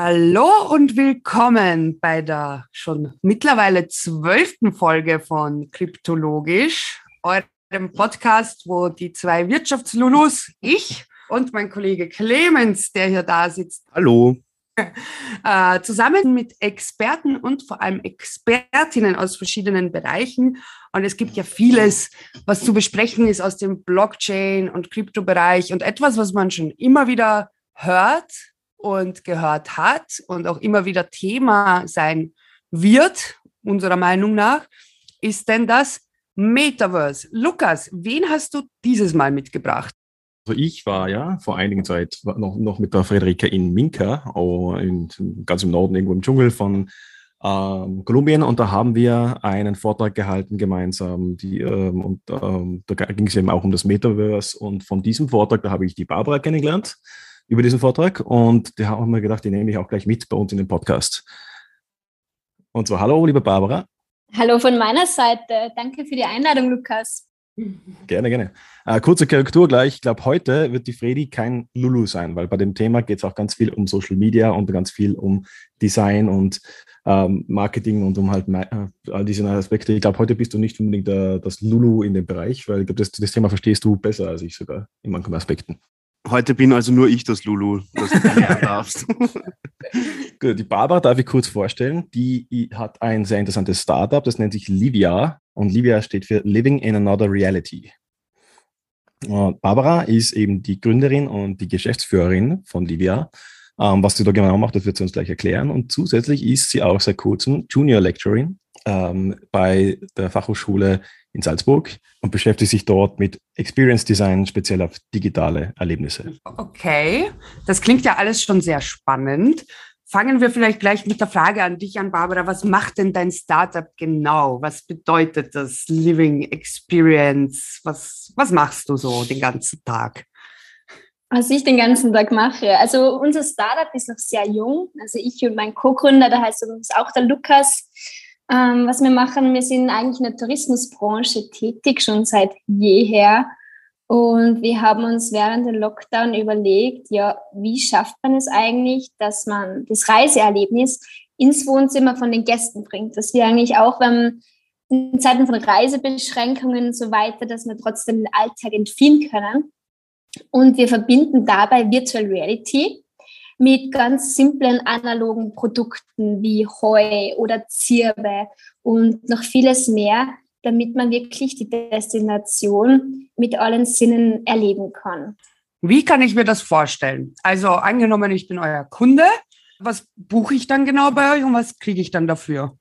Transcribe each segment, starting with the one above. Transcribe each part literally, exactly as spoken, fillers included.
Hallo und willkommen bei der schon mittlerweile zwölften Folge von Kryptologisch, eurem Podcast, wo die zwei Wirtschaftslulus, ich und mein Kollege Clemens, der hier da sitzt, hallo, äh, zusammen mit Experten und vor allem Expertinnen aus verschiedenen Bereichen. Und es gibt ja vieles, was zu besprechen ist aus dem Blockchain- und Kryptobereich und etwas, was man schon immer wieder hört und gehört hat und auch immer wieder Thema sein wird, unserer Meinung nach, ist denn das Metaverse. Lukas, wen hast du dieses Mal mitgebracht? Also ich war ja vor einiger Zeit noch, noch mit der Friederike in Minca, oh, in, ganz im Norden, irgendwo im Dschungel von ähm, Kolumbien, und da haben wir einen Vortrag gehalten gemeinsam, die, ähm, und ähm, da ging es eben auch um das Metaverse, und von diesem Vortrag, da habe ich die Barbara kennengelernt über diesen Vortrag, und da haben wir gedacht, die nehme ich auch gleich mit bei uns in den Podcast. Und so, hallo, liebe Barbara. Hallo von meiner Seite. Danke für die Einladung, Lukas. Gerne, gerne. Äh, kurze Korrektur gleich. Ich glaube, heute wird die Fredi kein Lulu sein, weil bei dem Thema geht es auch ganz viel um Social Media und ganz viel um Design und ähm, Marketing und um halt äh, all diese Aspekte. Ich glaube, heute bist du nicht unbedingt äh, das Lulu in dem Bereich, weil ich glaube, das, das Thema verstehst du besser als ich sogar in manchen Aspekten. Heute bin also nur ich das Lulu, das du lernen darfst. Die Barbara darf ich kurz vorstellen. Die hat ein sehr interessantes Startup, das nennt sich Livia. Und Livia steht für Living in Another Reality. Und Barbara ist eben die Gründerin und die Geschäftsführerin von Livia. Ähm, was sie da genau macht, das wird sie uns gleich erklären. Und zusätzlich ist sie auch seit kurzem Junior Lecturing ähm, bei der Fachhochschule in Salzburg und beschäftigt sich dort mit Experience Design, speziell auf digitale Erlebnisse. Okay, das klingt ja alles schon sehr spannend. Fangen wir vielleicht gleich mit der Frage an dich an, Barbara. Was macht denn dein Startup genau? Was bedeutet das Living Experience? Was, was machst du so den ganzen Tag? Was ich den ganzen Tag mache. Also unser Startup ist noch sehr jung. Also ich und mein Co-Gründer, da heißt uns auch der Lukas. Ähm, was wir machen, wir sind eigentlich in der Tourismusbranche tätig, schon seit jeher. Und wir haben uns während dem Lockdown überlegt, ja, wie schafft man es eigentlich, dass man das Reiseerlebnis ins Wohnzimmer von den Gästen bringt. Dass wir eigentlich auch, wenn in Zeiten von Reisebeschränkungen und so weiter, dass wir trotzdem den Alltag entfliehen können. Und wir verbinden dabei Virtual Reality mit ganz simplen analogen Produkten wie Heu oder Zirbe und noch vieles mehr, damit man wirklich die Destination mit allen Sinnen erleben kann. Wie kann ich mir das vorstellen? Also angenommen, ich bin euer Kunde, was buche ich dann genau bei euch und was kriege ich dann dafür?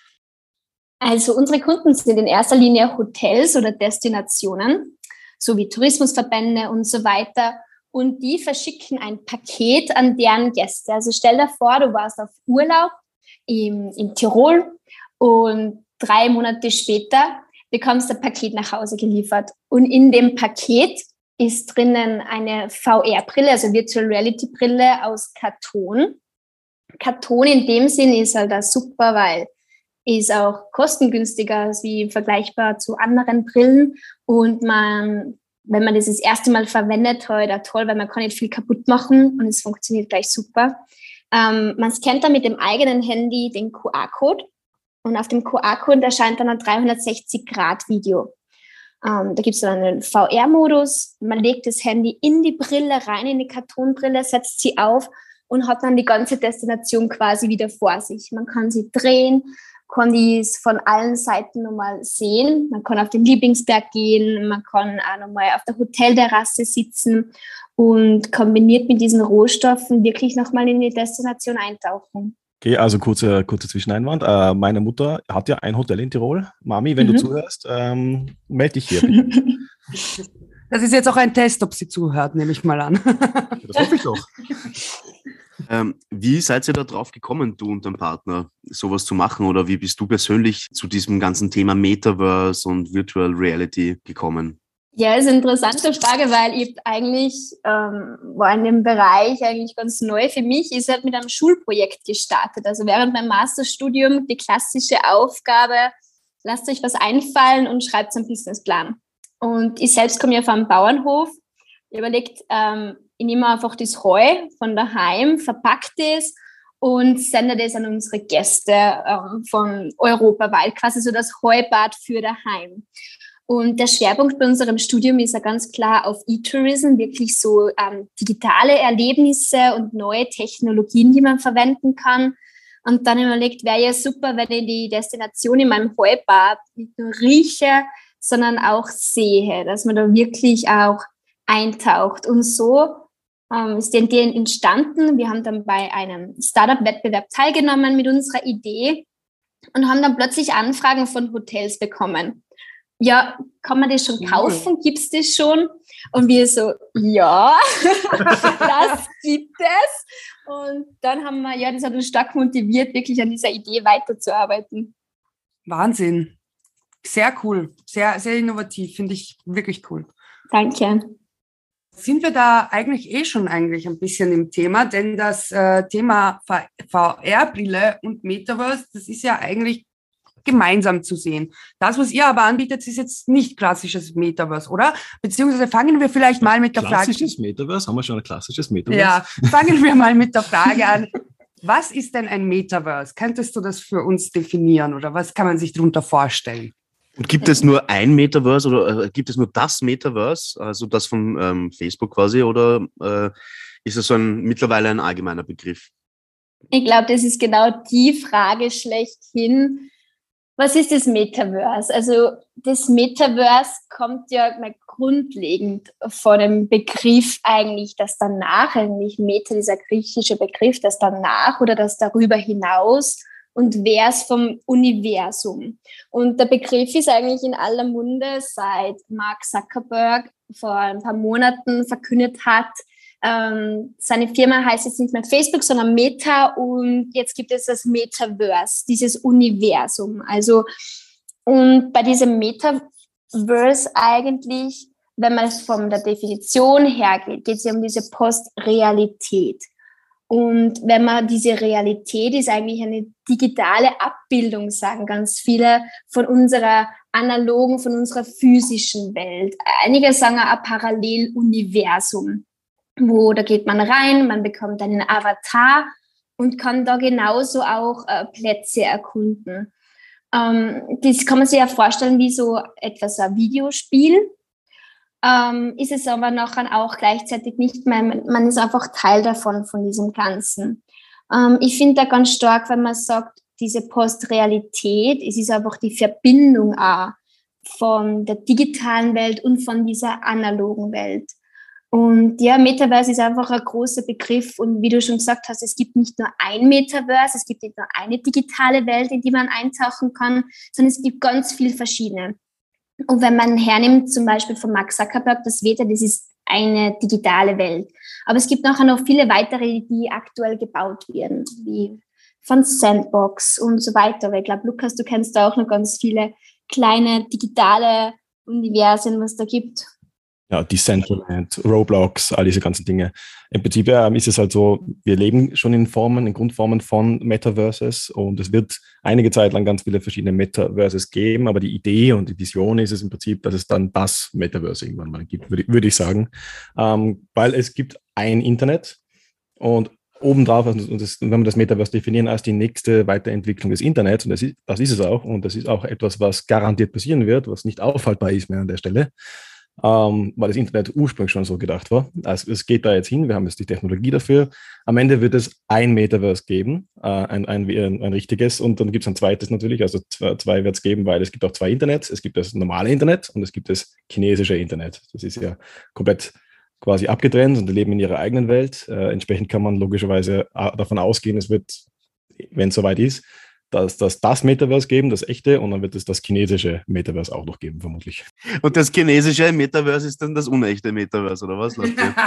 Also unsere Kunden sind in erster Linie Hotels oder Destinationen, sowie Tourismusverbände und so weiter. Und die verschicken ein Paket an deren Gäste. Also stell dir vor, du warst auf Urlaub im, in Tirol und drei Monate später bekommst du ein Paket nach Hause geliefert. Und in dem Paket ist drinnen eine V R-Brille, also Virtual Reality-Brille aus Karton. Karton in dem Sinn ist halt auch super, weil ist auch kostengünstiger wie vergleichbar zu anderen Brillen. Und man, wenn man das das erste Mal verwendet, halt auch toll, weil man kann nicht viel kaputt machen und es funktioniert gleich super. Ähm, man scannt dann mit dem eigenen Handy den Q R-Code. Und auf dem Q R-Code erscheint dann ein dreihundertsechzig Grad Video. Ähm, da gibt es dann einen V R-Modus. Man legt das Handy in die Brille, rein in die Kartonbrille, setzt sie auf und hat dann die ganze Destination quasi wieder vor sich. Man kann sie drehen, kann dies von allen Seiten nochmal sehen. Man kann auf den Lieblingsberg gehen, man kann auch nochmal auf der Hotelterrasse sitzen und kombiniert mit diesen Rohstoffen wirklich nochmal in die Destination eintauchen. Okay, also kurze, kurze Zwischeneinwand. Äh, meine Mutter hat ja ein Hotel in Tirol. Mami, wenn mhm. du zuhörst, ähm, melde dich hier bitte. Das ist jetzt auch ein Test, ob sie zuhört, nehme ich mal an. Das hoffe ich doch. Ähm, wie seid ihr da drauf gekommen, du und dein Partner, sowas zu machen? Oder wie bist du persönlich zu diesem ganzen Thema Metaverse und Virtual Reality gekommen? Ja, ist eine interessante Frage, weil ich eigentlich ähm, war in dem Bereich eigentlich ganz neu für mich. Ich habe mit einem Schulprojekt gestartet. Also während meinem Masterstudium die klassische Aufgabe, lasst euch was einfallen und schreibt einen Businessplan. Und ich selbst komme ja vom Bauernhof. Ich überlegt, ähm, ich nehme einfach das Heu von daheim, verpackt es und sende das an unsere Gäste ähm, von europaweit, quasi so das Heubad für daheim. Und der Schwerpunkt bei unserem Studium ist ja ganz klar auf E-Tourism, wirklich so ähm, digitale Erlebnisse und neue Technologien, die man verwenden kann. Und dann überlegt, wäre ja super, wenn ich die Destination in meinem Heubad nicht nur rieche, sondern auch sehe, dass man da wirklich auch eintaucht. Und so ähm, ist die Idee entstanden. Wir haben dann bei einem Startup-Wettbewerb teilgenommen mit unserer Idee und haben dann plötzlich Anfragen von Hotels bekommen. Ja, kann man das schon kaufen? Gibt es das schon? Und wir so, ja, das gibt es. Und dann haben wir, ja, das hat uns stark motiviert, wirklich an dieser Idee weiterzuarbeiten. Wahnsinn. Sehr cool. Sehr, sehr innovativ. Finde ich wirklich cool. Danke. Sind wir da eigentlich eh schon eigentlich ein bisschen im Thema, denn das äh, Thema V R-Brille und Metaverse, das ist ja eigentlich gemeinsam zu sehen. Das, was ihr aber anbietet, ist jetzt nicht klassisches Metaverse, oder? Beziehungsweise fangen wir vielleicht mal mit der Frage... Klassisches Metaverse? Haben wir schon ein klassisches Metaverse? Ja, fangen wir mal mit der Frage an. Was ist denn ein Metaverse? Könntest du das für uns definieren oder was kann man sich darunter vorstellen? Und gibt es nur ein Metaverse oder äh, gibt es nur das Metaverse, also das von ähm, Facebook quasi, oder äh, ist es so ein mittlerweile ein allgemeiner Begriff? Ich glaube, das ist genau die Frage schlechthin. Was ist das Metaverse? Also das Metaverse kommt ja mal grundlegend von dem Begriff eigentlich, das danach, eigentlich Meta, dieser griechische Begriff, das danach oder das darüber hinaus und Vers vom Universum. Und der Begriff ist eigentlich in aller Munde, seit Mark Zuckerberg vor ein paar Monaten verkündet hat, Ähm, seine Firma heißt jetzt nicht mehr Facebook, sondern Meta und jetzt gibt es das Metaverse, dieses Universum. Also und bei diesem Metaverse eigentlich, wenn man es von der Definition her geht, geht es ja um diese Postrealität. Und wenn man diese Realität ist eigentlich eine digitale Abbildung, sagen ganz viele, von unserer analogen, von unserer physischen Welt. Einige sagen ein Paralleluniversum, wo da geht man rein, man bekommt einen Avatar und kann da genauso auch äh, Plätze erkunden. Ähm, das kann man sich ja vorstellen wie so etwas ein Videospiel. Ähm, ist es aber nachher auch gleichzeitig nicht mehr, man ist einfach Teil davon, von diesem Ganzen. Ähm, ich finde da ganz stark, wenn man sagt, diese Postrealität, es ist einfach die Verbindung auch von der digitalen Welt und von dieser analogen Welt. Und ja, Metaverse ist einfach ein großer Begriff und wie du schon gesagt hast, es gibt nicht nur ein Metaverse, es gibt nicht nur eine digitale Welt, in die man eintauchen kann, sondern es gibt ganz viele verschiedene. Und wenn man hernimmt, zum Beispiel von Mark Zuckerberg, das Meta, das ist eine digitale Welt. Aber es gibt nachher noch viele weitere, die aktuell gebaut werden, wie von Sandbox und so weiter. Aber ich glaube, Lukas, du kennst da auch noch ganz viele kleine digitale Universen, was da gibt. Ja, Decentraland, Roblox, all diese ganzen Dinge. Im Prinzip äh, ist es halt so, wir leben schon in Formen, in Grundformen von Metaverses und es wird einige Zeit lang ganz viele verschiedene Metaverses geben, aber die Idee und die Vision ist es im Prinzip, dass es dann das Metaverse irgendwann mal gibt, würde, würde ich sagen. Ähm, weil es gibt ein Internet und obendrauf, und das, wenn wir das Metaverse definieren als die nächste Weiterentwicklung des Internets, und das ist, das ist es auch, und das ist auch etwas, was garantiert passieren wird, was nicht aufhaltbar ist mehr an der Stelle, Ähm, weil das Internet ursprünglich schon so gedacht war. Also es geht da jetzt hin, wir haben jetzt die Technologie dafür. Am Ende wird es ein Metaverse geben, äh, ein, ein, ein, ein richtiges, und dann gibt es ein zweites natürlich, also zwei, zwei wird es geben, weil es gibt auch zwei Internets. Es gibt das normale Internet und es gibt das chinesische Internet. Das ist ja komplett quasi abgetrennt und die leben in ihrer eigenen Welt. Äh, entsprechend kann man logischerweise davon ausgehen, es wird, wenn es soweit ist, dass das, das Metaverse geben, das echte, und dann wird es das chinesische Metaverse auch noch geben, vermutlich. Und das chinesische Metaverse ist dann das unechte Metaverse, oder was?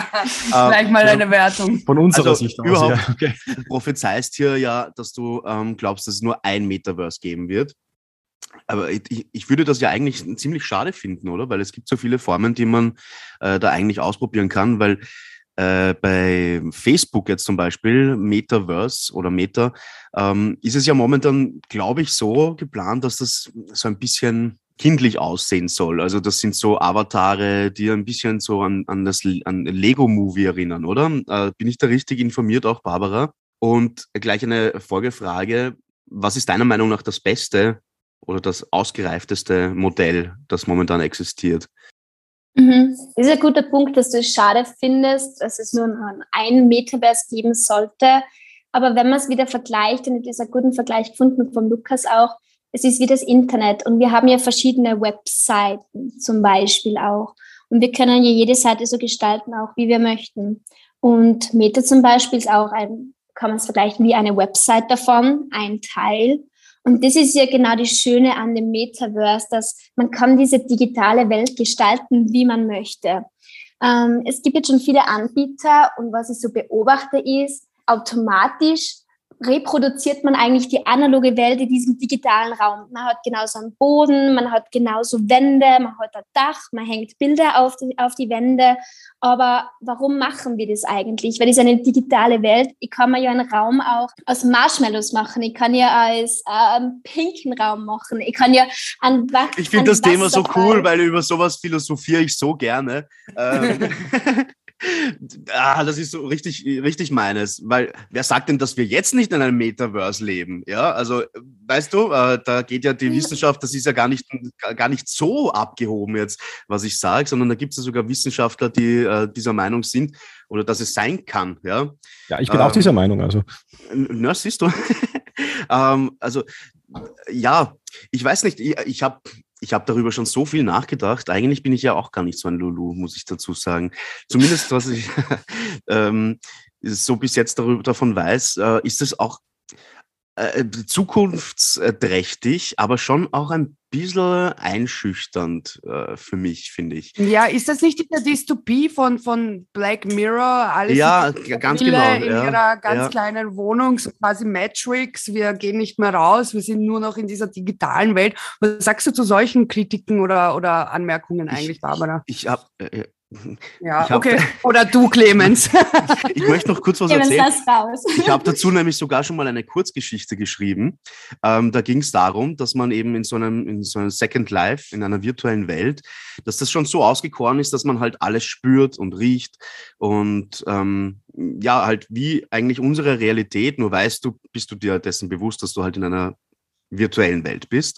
Gleich mal eine Wertung. Von unserer also Sicht aus, überhaupt, ja. Okay. Du prophezeist hier ja, dass du ähm, glaubst, dass es nur ein Metaverse geben wird. Aber ich, ich würde das ja eigentlich ziemlich schade finden, oder? Weil es gibt so viele Formen, die man äh, da eigentlich ausprobieren kann, weil Äh, bei Facebook jetzt zum Beispiel, Metaverse oder Meta, ähm, ist es ja momentan, glaube ich, so geplant, dass das so ein bisschen kindlich aussehen soll. Also das sind so Avatare, die ein bisschen so an, an das an Lego-Movie erinnern, oder? Äh, bin ich da richtig informiert, auch Barbara? Und gleich eine Folgefrage, was ist deiner Meinung nach das beste oder das ausgereifteste Modell, das momentan existiert? Mhm. Das ist ein guter Punkt, dass du es schade findest, dass es nur ein Metaverse geben sollte. Aber wenn man es wieder vergleicht, und das ist ein guter Vergleich gefunden von Lukas auch, es ist wie das Internet und wir haben ja verschiedene Webseiten zum Beispiel auch. Und wir können ja jede Seite so gestalten, auch wie wir möchten. Und Meta zum Beispiel ist auch ein, kann man es vergleichen, wie eine Website davon, ein Teil. Und das ist ja genau das Schöne an dem Metaverse, dass man kann diese digitale Welt gestalten, wie man möchte. Ähm, es gibt jetzt schon viele Anbieter und was ich so beobachte ist, automatisch reproduziert man eigentlich die analoge Welt in diesem digitalen Raum. Man hat genauso einen Boden, man hat genauso Wände, man hat ein Dach, man hängt Bilder auf die, auf die Wände. Aber warum machen wir das eigentlich? Weil das ist eine digitale Welt. Ich kann mir ja einen Raum auch aus Marshmallows machen. Ich kann ja als äh, einen pinken Raum machen. Ich kann ja einen Wa- Ich finde das Thema so cool, weil über sowas philosophiere ich so gerne. Ähm, ah, das ist so richtig, richtig meines. Weil wer sagt denn, dass wir jetzt nicht in einem Metaverse leben? Ja, also weißt du, äh, da geht ja die Wissenschaft, das ist ja gar nicht, gar nicht so abgehoben jetzt, was ich sage, sondern da gibt es ja sogar Wissenschaftler, die äh, dieser Meinung sind oder dass es sein kann. Ja, Ja, ich bin ähm, auch dieser Meinung. Also. Na, siehst du. ähm, also ja, ich weiß nicht, ich, ich habe Ich habe darüber schon so viel nachgedacht. Eigentlich bin ich ja auch gar nicht so ein Lulu, muss ich dazu sagen. Zumindest, was ich ähm, so bis jetzt darüber, davon weiß, äh, ist es auch äh, zukunftsträchtig, aber schon auch ein bisschen einschüchternd äh, für mich, finde ich. Ja, ist das nicht diese Dystopie von, von Black Mirror? Alles Ja, in g- ganz Villa, genau. in Ja, ihrer ganz ja. kleinen Wohnung, so quasi Matrix. Wir gehen nicht mehr raus, wir sind nur noch in dieser digitalen Welt. Was sagst du zu solchen Kritiken oder, oder Anmerkungen eigentlich, Ich, Barbara? ich, ich habe äh, Ja, ich hab, okay. Oder du, Clemens. ich möchte noch kurz was Clemens, erzählen. lass raus. Ich habe dazu nämlich sogar schon mal eine Kurzgeschichte geschrieben. Ähm, da ging es darum, dass man eben in so einem, in so einem Second Life, in einer virtuellen Welt, dass das schon so ausgekoren ist, dass man halt alles spürt und riecht und ähm, ja, halt wie eigentlich unsere Realität, nur weißt du, bist du dir dessen bewusst, dass du halt in einer virtuellen Welt bist.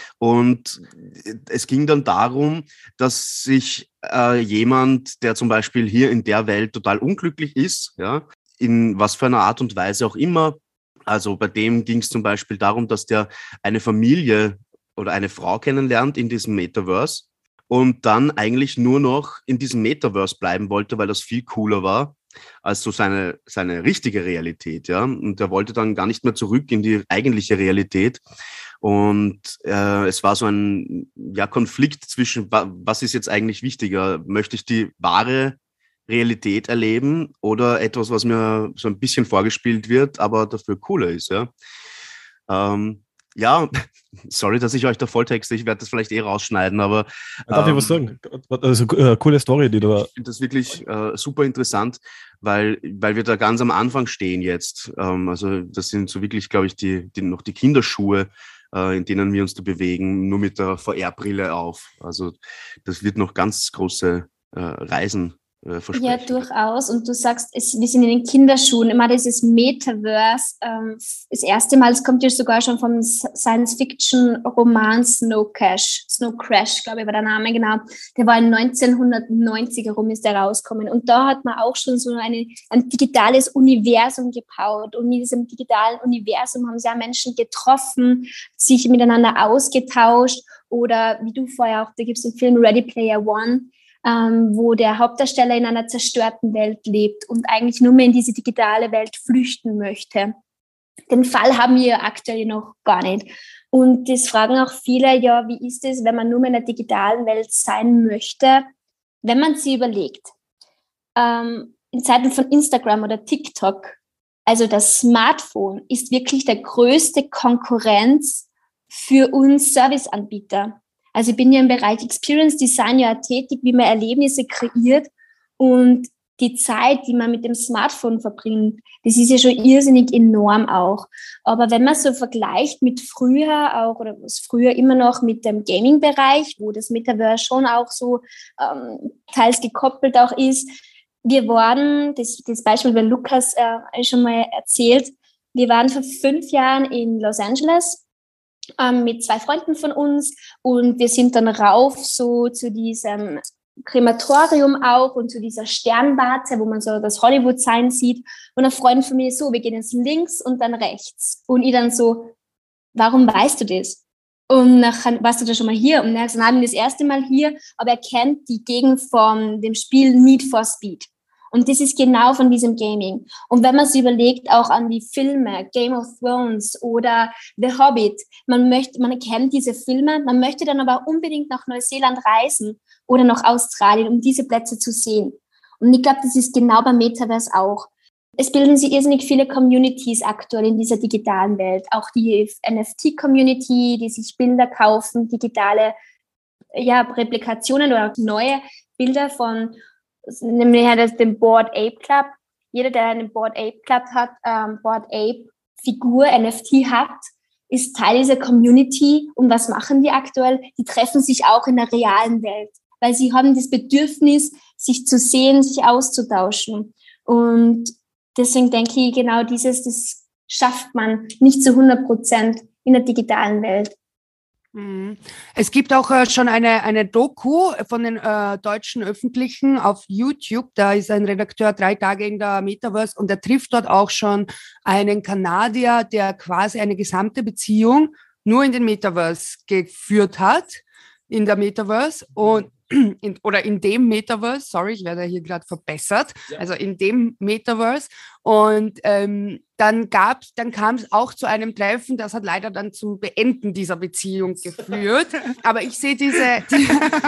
Und es ging dann darum, dass sich äh, jemand, der zum Beispiel hier in der Welt total unglücklich ist, ja, in was für einer Art und Weise auch immer, also bei dem ging es zum Beispiel darum, dass der eine Familie oder eine Frau kennenlernt in diesem Metaverse und dann eigentlich nur noch in diesem Metaverse bleiben wollte, weil das viel cooler war als so seine, seine richtige Realität, ja. Und er wollte dann gar nicht mehr zurück in die eigentliche Realität. Und äh, es war so ein ja, Konflikt zwischen, wa- was ist jetzt eigentlich wichtiger? Möchte ich die wahre Realität erleben oder etwas, was mir so ein bisschen vorgespielt wird, aber dafür cooler ist, ja? Ähm, ja, sorry, dass ich euch da volltexte, ich werde das vielleicht eh rausschneiden, aber Darf ich was sagen? Also, äh, coole Story, die du da. ich finde das wirklich äh, super interessant, weil, weil wir da ganz am Anfang stehen jetzt. Ähm, also das sind so wirklich, glaube ich, die, die noch die Kinderschuhe, äh, in denen wir uns da bewegen, nur mit der V R-Brille auf. Also das wird noch ganz große äh, Reisen äh, versprechen. Ja, durchaus. Und du sagst, es, wir sind in den Kinderschuhen. Immer dieses Metaverse. Ähm, das erste Mal, es kommt ja sogar schon vom Science-Fiction-Roman Snow Crash. Snow Crash, glaube ich, war der Name, genau. Der war in neunzehnhundertneunzig herum, ist der rausgekommen. Und da hat man auch schon so eine, ein digitales Universum gebaut. Und mit diesem digitalen Universum haben sie ja Menschen getroffen, sich miteinander ausgetauscht. Oder wie du vorher auch, da gibt es den Film Ready Player One, Ähm, wo der Hauptdarsteller in einer zerstörten Welt lebt und eigentlich nur mehr in diese digitale Welt flüchten möchte. Den Fall haben wir aktuell noch gar nicht. Und das fragen auch viele, ja, wie ist es, wenn man nur mehr in der digitalen Welt sein möchte, wenn man sie überlegt. Ähm, in Zeiten von Instagram oder TikTok, also das Smartphone ist wirklich der größte Konkurrenz für uns Serviceanbieter. Also ich bin ja im Bereich Experience Design ja tätig, wie man Erlebnisse kreiert und die Zeit, die man mit dem Smartphone verbringt, das ist ja schon irrsinnig enorm auch. Aber wenn man so vergleicht mit früher auch, oder was früher immer noch mit dem Gaming-Bereich, wo das Metaverse schon auch so ähm, teils gekoppelt auch ist, Wir waren, das, das Beispiel bei Lukas äh, schon mal erzählt, wir waren vor fünf Jahren in Los Angeles ähm, mit zwei Freunden von uns und wir sind dann rauf so zu diesem Krematorium auch und zu dieser Sternwarte, wo man so das Hollywood-Sign sieht. Und ein Freund von mir so, wir gehen jetzt links und dann rechts. Und ich dann so, warum weißt du das? Und nachher, warst du da schon mal hier? Und er hat gesagt, nein, ich bin das erste Mal hier, aber er kennt die Gegend von dem Spiel Need for Speed. Und das ist genau von diesem Gaming. Und wenn man sich überlegt, auch an die Filme, Game of Thrones oder The Hobbit, man möchte, man kennt diese Filme, man möchte dann aber unbedingt nach Neuseeland reisen oder nach Australien, um diese Plätze zu sehen. Und ich glaube, das ist genau beim Metaverse auch. Es bilden sich irrsinnig viele Communities aktuell in dieser digitalen Welt. Auch die N F T-Community, die sich Bilder kaufen, digitale ja, Replikationen oder neue Bilder von, nämlich das den Bored Ape Club. Jeder, der einen Bored Ape Club hat, ähm, Bored Ape Figur, N F T hat, ist Teil dieser Community. Und was machen die aktuell? Die treffen sich auch in der realen Welt, weil sie haben das Bedürfnis, sich zu sehen, sich auszutauschen. Und deswegen denke ich, genau dieses, das schafft man nicht zu hundert Prozent in der digitalen Welt. Es gibt auch äh, schon eine, eine Doku von den äh, deutschen Öffentlichen auf YouTube. Da ist ein Redakteur drei Tage in der Metaverse und der trifft dort auch schon einen Kanadier, der quasi eine gesamte Beziehung nur in den Metaverse geführt hat, in der Metaverse und In, oder in dem Metaverse, sorry, ich werde hier gerade verbessert, ja. Also in dem Metaverse und ähm, dann gab's, dann kam es auch zu einem Treffen, das hat leider dann zum Beenden dieser Beziehung geführt, aber ich sehe diese, die,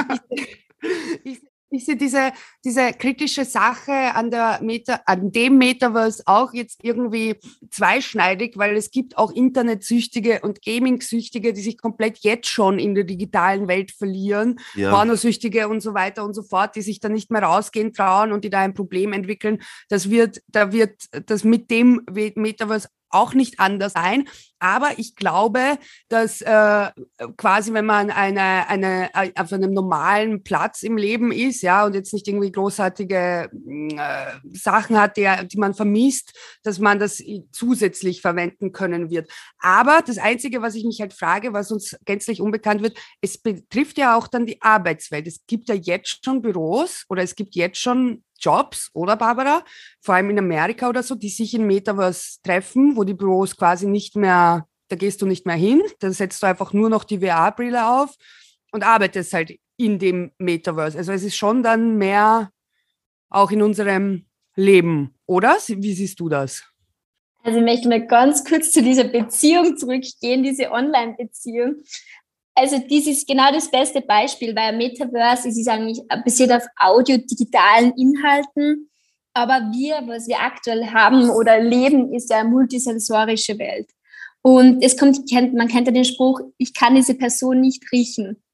ich, ich, ich sehe diese, diese kritische Sache an, der Meta, an dem Metaverse auch jetzt irgendwie zweischneidig, weil es gibt auch Internetsüchtige und Gaming-Süchtige, die sich komplett jetzt schon in der digitalen Welt verlieren, ja. Pornosüchtige und so weiter und so fort, die sich dann nicht mehr rausgehen trauen und die da ein Problem entwickeln. Das wird, da wird das mit dem Metaverse auch nicht anders sein. Aber ich glaube, dass äh, quasi, wenn man eine, eine, auf einem normalen Platz im Leben ist, ja, und jetzt nicht irgendwie großartige äh, Sachen hat, die, die man vermisst, dass man das zusätzlich verwenden können wird. Aber das Einzige, was ich mich halt frage, was uns gänzlich unbekannt wird, es betrifft ja auch dann die Arbeitswelt. Es gibt ja jetzt schon Büros oder es gibt jetzt schon Jobs, oder Barbara? Vor allem in Amerika oder so, die sich in Metaverse treffen, wo die Büros quasi nicht mehr, da gehst du nicht mehr hin, da setzt du einfach nur noch die V R-Brille auf und arbeitest halt in dem Metaverse. Also es ist schon dann mehr auch in unserem Leben, oder? Wie siehst du das? Also ich möchte mal ganz kurz zu dieser Beziehung zurückgehen, diese Online-Beziehung. Also dies ist genau das beste Beispiel, weil Metaverse ist eigentlich basiert auf audio-digitalen Inhalten, aber wir, was wir aktuell haben oder leben, ist ja eine multisensorische Welt. Und es kommt, man kennt ja den Spruch, ich kann diese Person nicht riechen.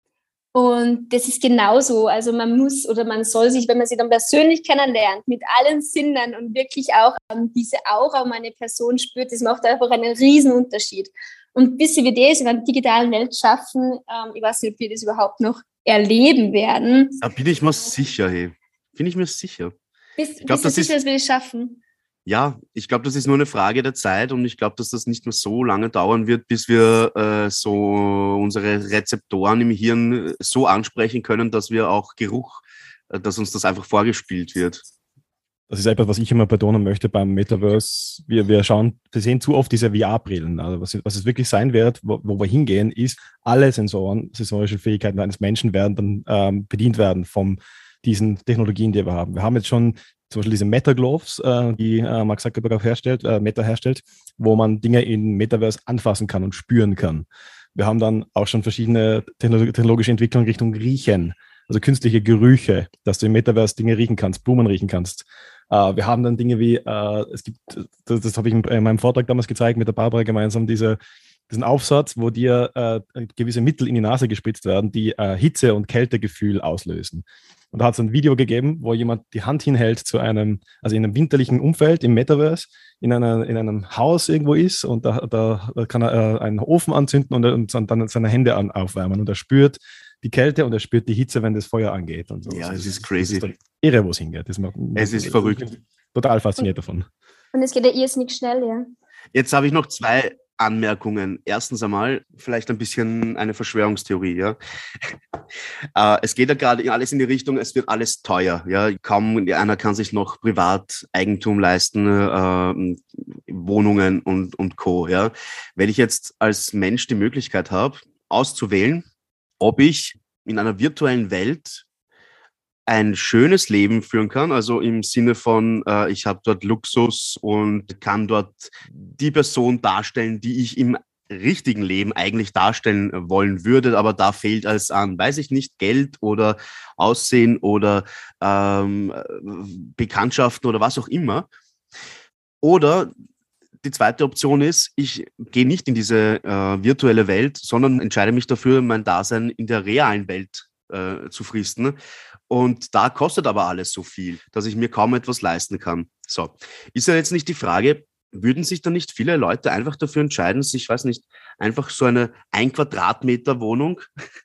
Und das ist genauso, also man muss oder man soll sich, wenn man sie dann persönlich kennenlernt, mit allen Sinnen und wirklich auch ähm, diese Aura um eine Person spürt, das macht einfach einen riesen Unterschied. Und bis wir das in einer digitalen Welt schaffen, ähm, ich weiß nicht, ob wir das überhaupt noch erleben werden. Da bin ich mir sicher, hey. Bin ich mir sicher. Bist, ich glaub, bist du sicher, ist, dass wir das schaffen? Ja, ich glaube, das ist nur eine Frage der Zeit und ich glaube, dass das nicht mehr so lange dauern wird, bis wir äh, so unsere Rezeptoren im Hirn so ansprechen können, dass wir auch Geruch, äh, dass uns das einfach vorgespielt wird. Das ist etwas, was ich immer betonen möchte beim Metaverse. Wir, wir schauen, wir sehen zu oft diese V R-Brillen. Also was, was es wirklich sein wird, wo, wo wir hingehen, ist, alle Sensoren, sensorische Fähigkeiten eines Menschen werden dann ähm, bedient werden von diesen Technologien, die wir haben. Wir haben jetzt schon zum Beispiel diese Meta-Gloves, äh, die äh, Mark Zuckerberg auch herstellt, äh, Meta herstellt, wo man Dinge in Metaverse anfassen kann und spüren kann. Wir haben dann auch schon verschiedene technologische Entwicklungen Richtung Riechen, also künstliche Gerüche, dass du im Metaverse Dinge riechen kannst, Blumen riechen kannst. Uh, wir haben dann Dinge wie, uh, es gibt, das, das habe ich in, in meinem Vortrag damals gezeigt, mit der Barbara gemeinsam, diese, diesen Aufsatz, wo dir uh, gewisse Mittel in die Nase gespritzt werden, die uh, Hitze- und Kältegefühl auslösen. Und da hat es ein Video gegeben, wo jemand die Hand hinhält zu einem, also in einem winterlichen Umfeld im Metaverse, in, einer, in einem Haus irgendwo ist und da, da, da kann er uh, einen Ofen anzünden und, und dann seine Hände an, aufwärmen und er spürt die Kälte und er spürt die Hitze, wenn das Feuer angeht. Und so. Ja, also es ist crazy. Das ist irre, wo es hingeht. Das macht, Es ist verrückt. Ich bin total fasziniert davon. Und es geht ja irrsinnig schnell, ja. Jetzt habe ich noch zwei Anmerkungen. Erstens einmal vielleicht ein bisschen eine Verschwörungstheorie. Ja? äh, es geht ja gerade alles in die Richtung, es wird alles teuer. Ja? Kaum einer kann sich noch Privateigentum leisten, äh, Wohnungen und, und Co. Ja? Wenn ich jetzt als Mensch die Möglichkeit habe, auszuwählen, ob ich in einer virtuellen Welt ein schönes Leben führen kann, also im Sinne von, äh, ich habe dort Luxus und kann dort die Person darstellen, die ich im richtigen Leben eigentlich darstellen wollen würde, aber da fehlt es an, weiß ich nicht, Geld oder Aussehen oder ähm, Bekanntschaften oder was auch immer. Oder die zweite Option ist, ich gehe nicht in diese äh, virtuelle Welt, sondern entscheide mich dafür, mein Dasein in der realen Welt äh, zu fristen. Und da kostet aber alles so viel, dass ich mir kaum etwas leisten kann. So, ist ja jetzt nicht die Frage, würden sich dann nicht viele Leute einfach dafür entscheiden, sich, ich weiß nicht, einfach so eine ein Quadratmeter Wohnung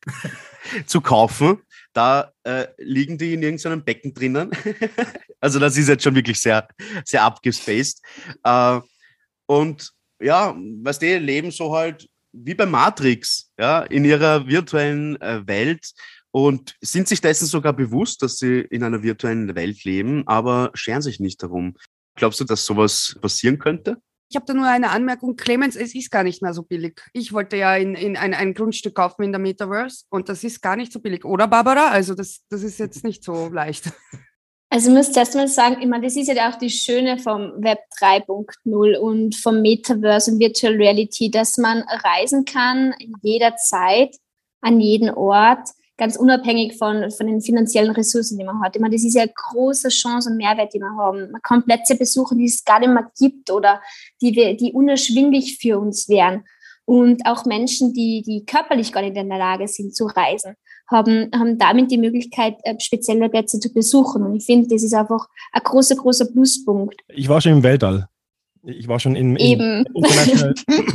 zu kaufen? Da äh, liegen die in irgendeinem Becken drinnen. Also das ist jetzt schon wirklich sehr, sehr abgespaced. Äh, und ja, weißt du, leben so halt wie bei Matrix, ja, in ihrer virtuellen äh, Welt. Und sind sich dessen sogar bewusst, dass sie in einer virtuellen Welt leben, aber scheren sich nicht darum. Glaubst du, dass sowas passieren könnte? Ich habe da nur eine Anmerkung. Clemens, es ist gar nicht mehr so billig. Ich wollte ja in, in ein, ein Grundstück kaufen in der Metaverse und das ist gar nicht so billig. Oder, Barbara? Also das, das ist jetzt nicht so leicht. Also ich muss zuerst mal sagen, ich meine, das ist ja auch die Schöne vom Web drei Punkt null und vom Metaverse und Virtual Reality, dass man reisen kann in jeder Zeit, an jeden Ort, ganz unabhängig von, von den finanziellen Ressourcen, die man hat. Ich meine, das ist ja eine große Chance und Mehrwert, die wir haben. Man kann Plätze besuchen, die es gar nicht mehr gibt oder die, wir, die unerschwinglich für uns wären. Und auch Menschen, die, die körperlich gar nicht in der Lage sind zu reisen, haben, haben damit die Möglichkeit, spezielle Plätze zu besuchen. Und ich finde, das ist einfach ein großer, großer Pluspunkt. Ich war schon im Weltall. Ich war schon in, in, International,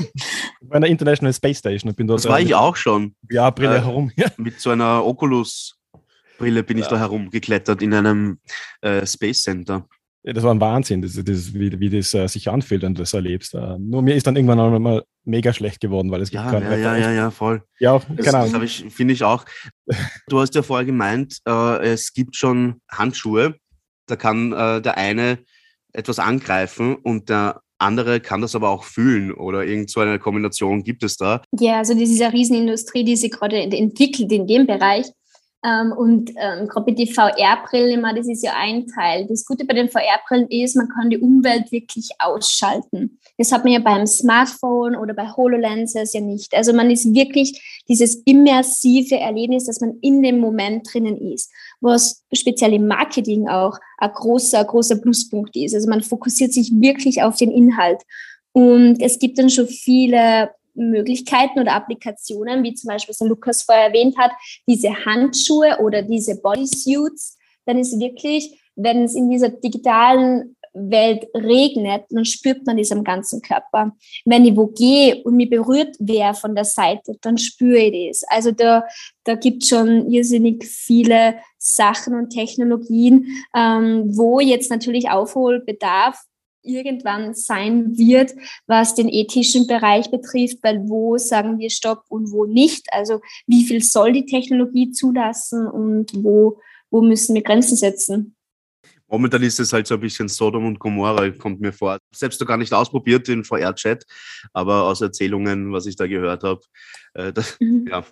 in der International Space Station und bin dort. Das war ich auch schon. Ja, Brille äh, herum. Ja. Mit so einer Oculus-Brille bin ich ja. da herumgeklettert in einem äh, Space Center. Ja, das war ein Wahnsinn, das, das, wie, wie das uh, sich anfühlt, wenn du das erlebst. Uh, nur mir ist dann irgendwann auch mal mega schlecht geworden, weil es gibt ja, keine ja, ja, ja, ja, voll. Ja, auch, das, keine das ich, finde ich auch. Du hast ja vorher gemeint, äh, es gibt schon Handschuhe, da kann äh, der eine etwas angreifen und der andere kann das aber auch fühlen oder irgend so eine Kombination gibt es da. Ja, also das ist eine Riesenindustrie, die sich gerade entwickelt in dem Bereich. Ähm, und ähm, gerade mit den V R-Brillen, das ist ja ein Teil. Das Gute bei den V R-Brillen ist, man kann die Umwelt wirklich ausschalten. Das hat man ja beim Smartphone oder bei HoloLenses ja nicht. Also man ist wirklich dieses immersive Erlebnis, dass man in dem Moment drinnen ist, was speziell im Marketing auch ein großer, großer Pluspunkt ist. Also man fokussiert sich wirklich auf den Inhalt. Und es gibt dann schon viele Möglichkeiten oder Applikationen, wie zum Beispiel, was der Lukas vorher erwähnt hat, diese Handschuhe oder diese Bodysuits, dann ist wirklich, wenn es in dieser digitalen Welt regnet, dann spürt man das am ganzen Körper. Wenn ich wo gehe und mich berührt wer von der Seite, dann spüre ich das. Also da, da gibt es schon irrsinnig viele Sachen und Technologien, ähm, wo jetzt natürlich Aufholbedarf irgendwann sein wird, was den ethischen Bereich betrifft, weil wo sagen wir Stopp und wo nicht, also wie viel soll die Technologie zulassen und wo, wo müssen wir Grenzen setzen? Momentan ist es halt so ein bisschen Sodom und Gomorra, kommt mir vor. Selbst noch gar nicht ausprobiert den V R-Chat, aber aus Erzählungen, was ich da gehört habe, äh, das, mhm. ja.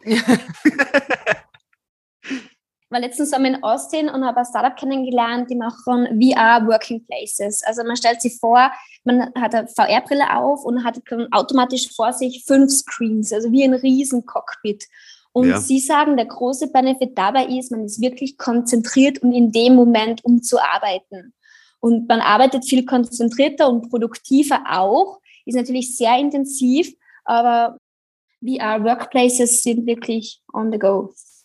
Ich war letztens einmal in Austin und habe ein Startup kennengelernt, die machen V R Working Places. Also man stellt sich vor, man hat eine V R-Brille auf und hat automatisch vor sich fünf Screens, also wie ein riesen Cockpit. Und ja. Sie sagen, der große Benefit dabei ist, man ist wirklich konzentriert und in dem Moment, um zu arbeiten. Und man arbeitet viel konzentrierter und produktiver auch, ist natürlich sehr intensiv, aber V R Workplaces sind wirklich on the go.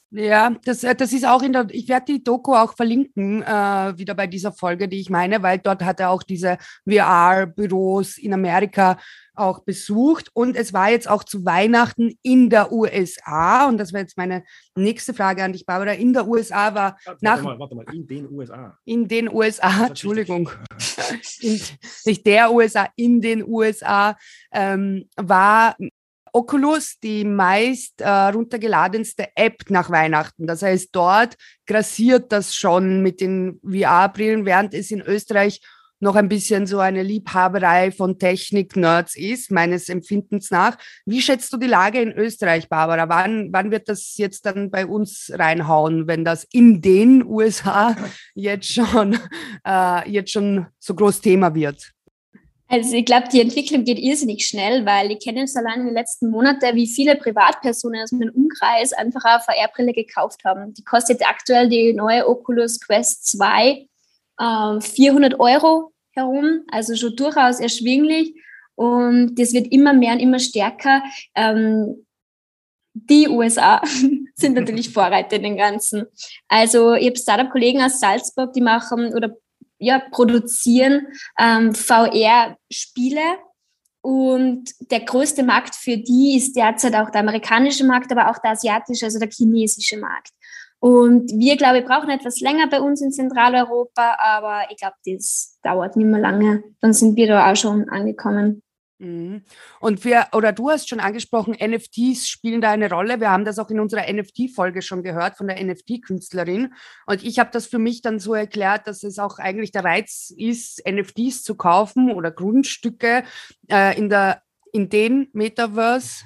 Ja, das, äh, das ist auch in der, ich werde die Doku auch verlinken, äh, wieder bei dieser Folge, die ich meine, weil dort hat er auch diese V R-Büros in Amerika auch besucht und es war jetzt auch zu Weihnachten in der U S A und das wäre jetzt meine nächste Frage an dich, Barbara. In der U S A war Warte nach... mal, warte mal, in den U S A. In den U S A, Entschuldigung, in, nicht der U S A, in den U S A ähm, war Oculus die meist äh, runtergeladenste App nach Weihnachten. Das heißt, dort grassiert das schon mit den V R-Brillen, während es in Österreich noch ein bisschen so eine Liebhaberei von Technik-Nerds ist, meines Empfindens nach. Wie schätzt du die Lage in Österreich, Barbara? Wann, wann wird das jetzt dann bei uns reinhauen, wenn das in den U S A jetzt schon, äh, jetzt schon so groß Thema wird? Also ich glaube, die Entwicklung geht irrsinnig schnell, weil ich kenne es allein in den letzten Monaten, wie viele Privatpersonen aus meinem Umkreis einfach eine V R-Brille gekauft haben. Die kostet aktuell die neue Oculus Quest zwei ähm, vierhundert Euro herum, also schon durchaus erschwinglich und das wird immer mehr und immer stärker. Ähm, die U S A sind natürlich Vorreiter in den Ganzen. Also ich habe Startup-Kollegen aus Salzburg, die machen oder ja, produzieren ähm, V R-Spiele und der größte Markt für die ist derzeit auch der amerikanische Markt, aber auch der asiatische, also der chinesische Markt. Und wir, glaube ich, brauchen etwas länger bei uns in Zentraleuropa, aber ich glaube, das dauert nicht mehr lange. Dann sind wir da auch schon angekommen. Und wir, oder du hast schon angesprochen, N F Ts spielen da eine Rolle. Wir haben das auch in unserer N F T-Folge schon gehört von der N F T-Künstlerin. Und ich habe das für mich dann so erklärt, dass es auch eigentlich der Reiz ist, N F Ts zu kaufen oder Grundstücke äh, in, der, in den Metaverse.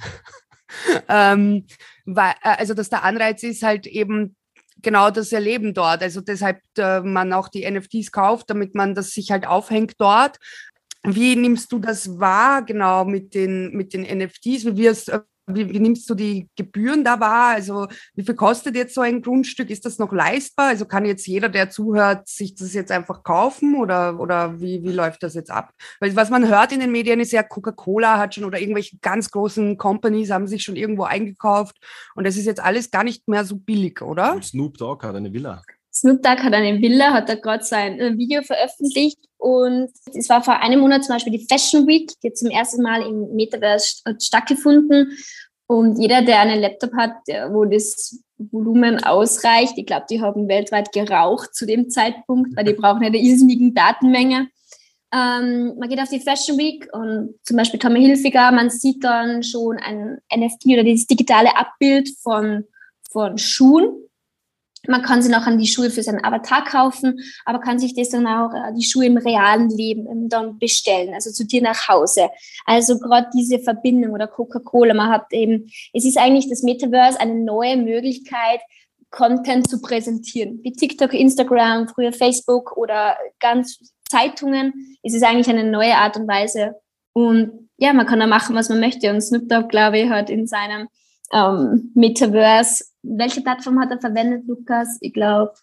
ähm, weil, also dass der Anreiz ist halt eben genau das Erleben dort. Also deshalb äh, man auch die N F Ts kauft, damit man das sich halt aufhängt dort. Wie nimmst du das wahr, genau, mit den, mit den N F Ts? Wie, wirst, wie, wie nimmst du die Gebühren da wahr? Also wie viel kostet jetzt so ein Grundstück? Ist das noch leistbar? Also kann jetzt jeder, der zuhört, sich das jetzt einfach kaufen oder, oder wie, wie läuft das jetzt ab? Weil was man hört in den Medien ist ja, Coca-Cola hat schon oder irgendwelche ganz großen Companies haben sich schon irgendwo eingekauft und das ist jetzt alles gar nicht mehr so billig, oder? Und Snoop Dogg hat eine Villa. Snoop Dogg hat eine Villa, hat da gerade sein Video veröffentlicht und es war vor einem Monat zum Beispiel die Fashion Week, die hat zum ersten Mal im Metaverse stattgefunden und jeder, der einen Laptop hat, wo das Volumen ausreicht, ich glaube, die haben weltweit geraucht zu dem Zeitpunkt, weil die brauchen eine irrsinnige Datenmenge. Ähm, man geht auf die Fashion Week und zum Beispiel Tommy Hilfiger, man sieht dann schon ein N F T oder dieses digitale Abbild von, von Schuhen. Man kann sich noch an die Schuhe für seinen Avatar kaufen, aber kann sich das dann auch, äh, die Schuhe im realen Leben dann bestellen, also zu dir nach Hause. Also gerade diese Verbindung oder Coca-Cola, man hat eben, es ist eigentlich das Metaverse eine neue Möglichkeit, Content zu präsentieren. Wie TikTok, Instagram, früher Facebook oder ganz Zeitungen. Es ist eigentlich eine neue Art und Weise. Und ja, man kann da machen, was man möchte. Und Snoop Dogg, glaube ich, hat in seinem ähm, Metaverse, welche Plattform hat er verwendet, Lukas? Ich glaube,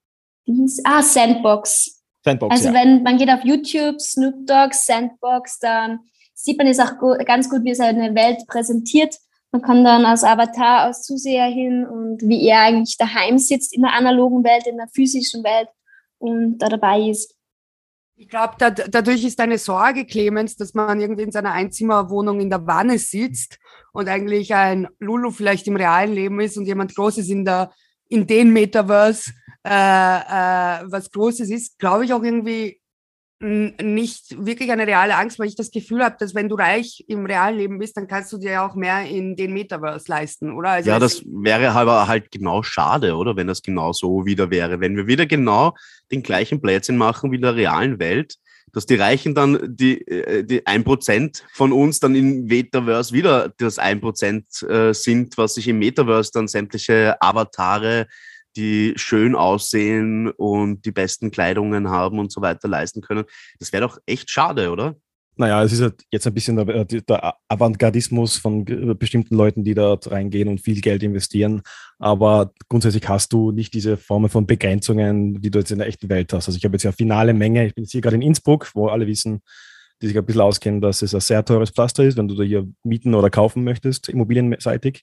ah, Sandbox. Sandbox, also ja. Wenn man geht auf YouTube, Snoop Dogg, Sandbox, dann sieht man es auch go- ganz gut, wie er seine Welt präsentiert. Man kann dann als Avatar, als Zuseher hin und wie er eigentlich daheim sitzt in der analogen Welt, in der physischen Welt und da dabei ist. Ich glaube, da, dadurch ist eine Sorge, Clemens, dass man irgendwie in seiner Einzimmerwohnung in der Wanne sitzt und eigentlich ein Lulu vielleicht im realen Leben ist und jemand Großes in der in den Metaverse äh, äh, was Großes ist, glaube ich auch irgendwie n- nicht wirklich eine reale Angst, weil ich das Gefühl habe, dass wenn du reich im realen Leben bist, dann kannst du dir ja auch mehr in den Metaverse leisten, oder? Also Ja, es- das wäre aber halt genau schade, oder? Wenn das genau so wieder wäre. Wenn wir wieder genau den gleichen Blödsinn machen wie in der realen Welt, dass die Reichen dann die, äh, die ein Prozent von uns dann im Metaverse wieder das ein Prozent äh, sind, was sich im Metaverse dann sämtliche Avatare, die schön aussehen und die besten Kleidungen haben und so weiter leisten können. Das wäre doch echt schade, oder? Naja, es ist halt jetzt ein bisschen der, der Avantgardismus von bestimmten Leuten, die dort reingehen und viel Geld investieren. Aber grundsätzlich hast du nicht diese Formen von Begrenzungen, die du jetzt in der echten Welt hast. Also ich habe jetzt ja finale Menge. Ich bin jetzt hier gerade in Innsbruck, wo alle wissen, die sich ein bisschen auskennen, dass es ein sehr teures Pflaster ist, wenn du da hier mieten oder kaufen möchtest, immobilienseitig.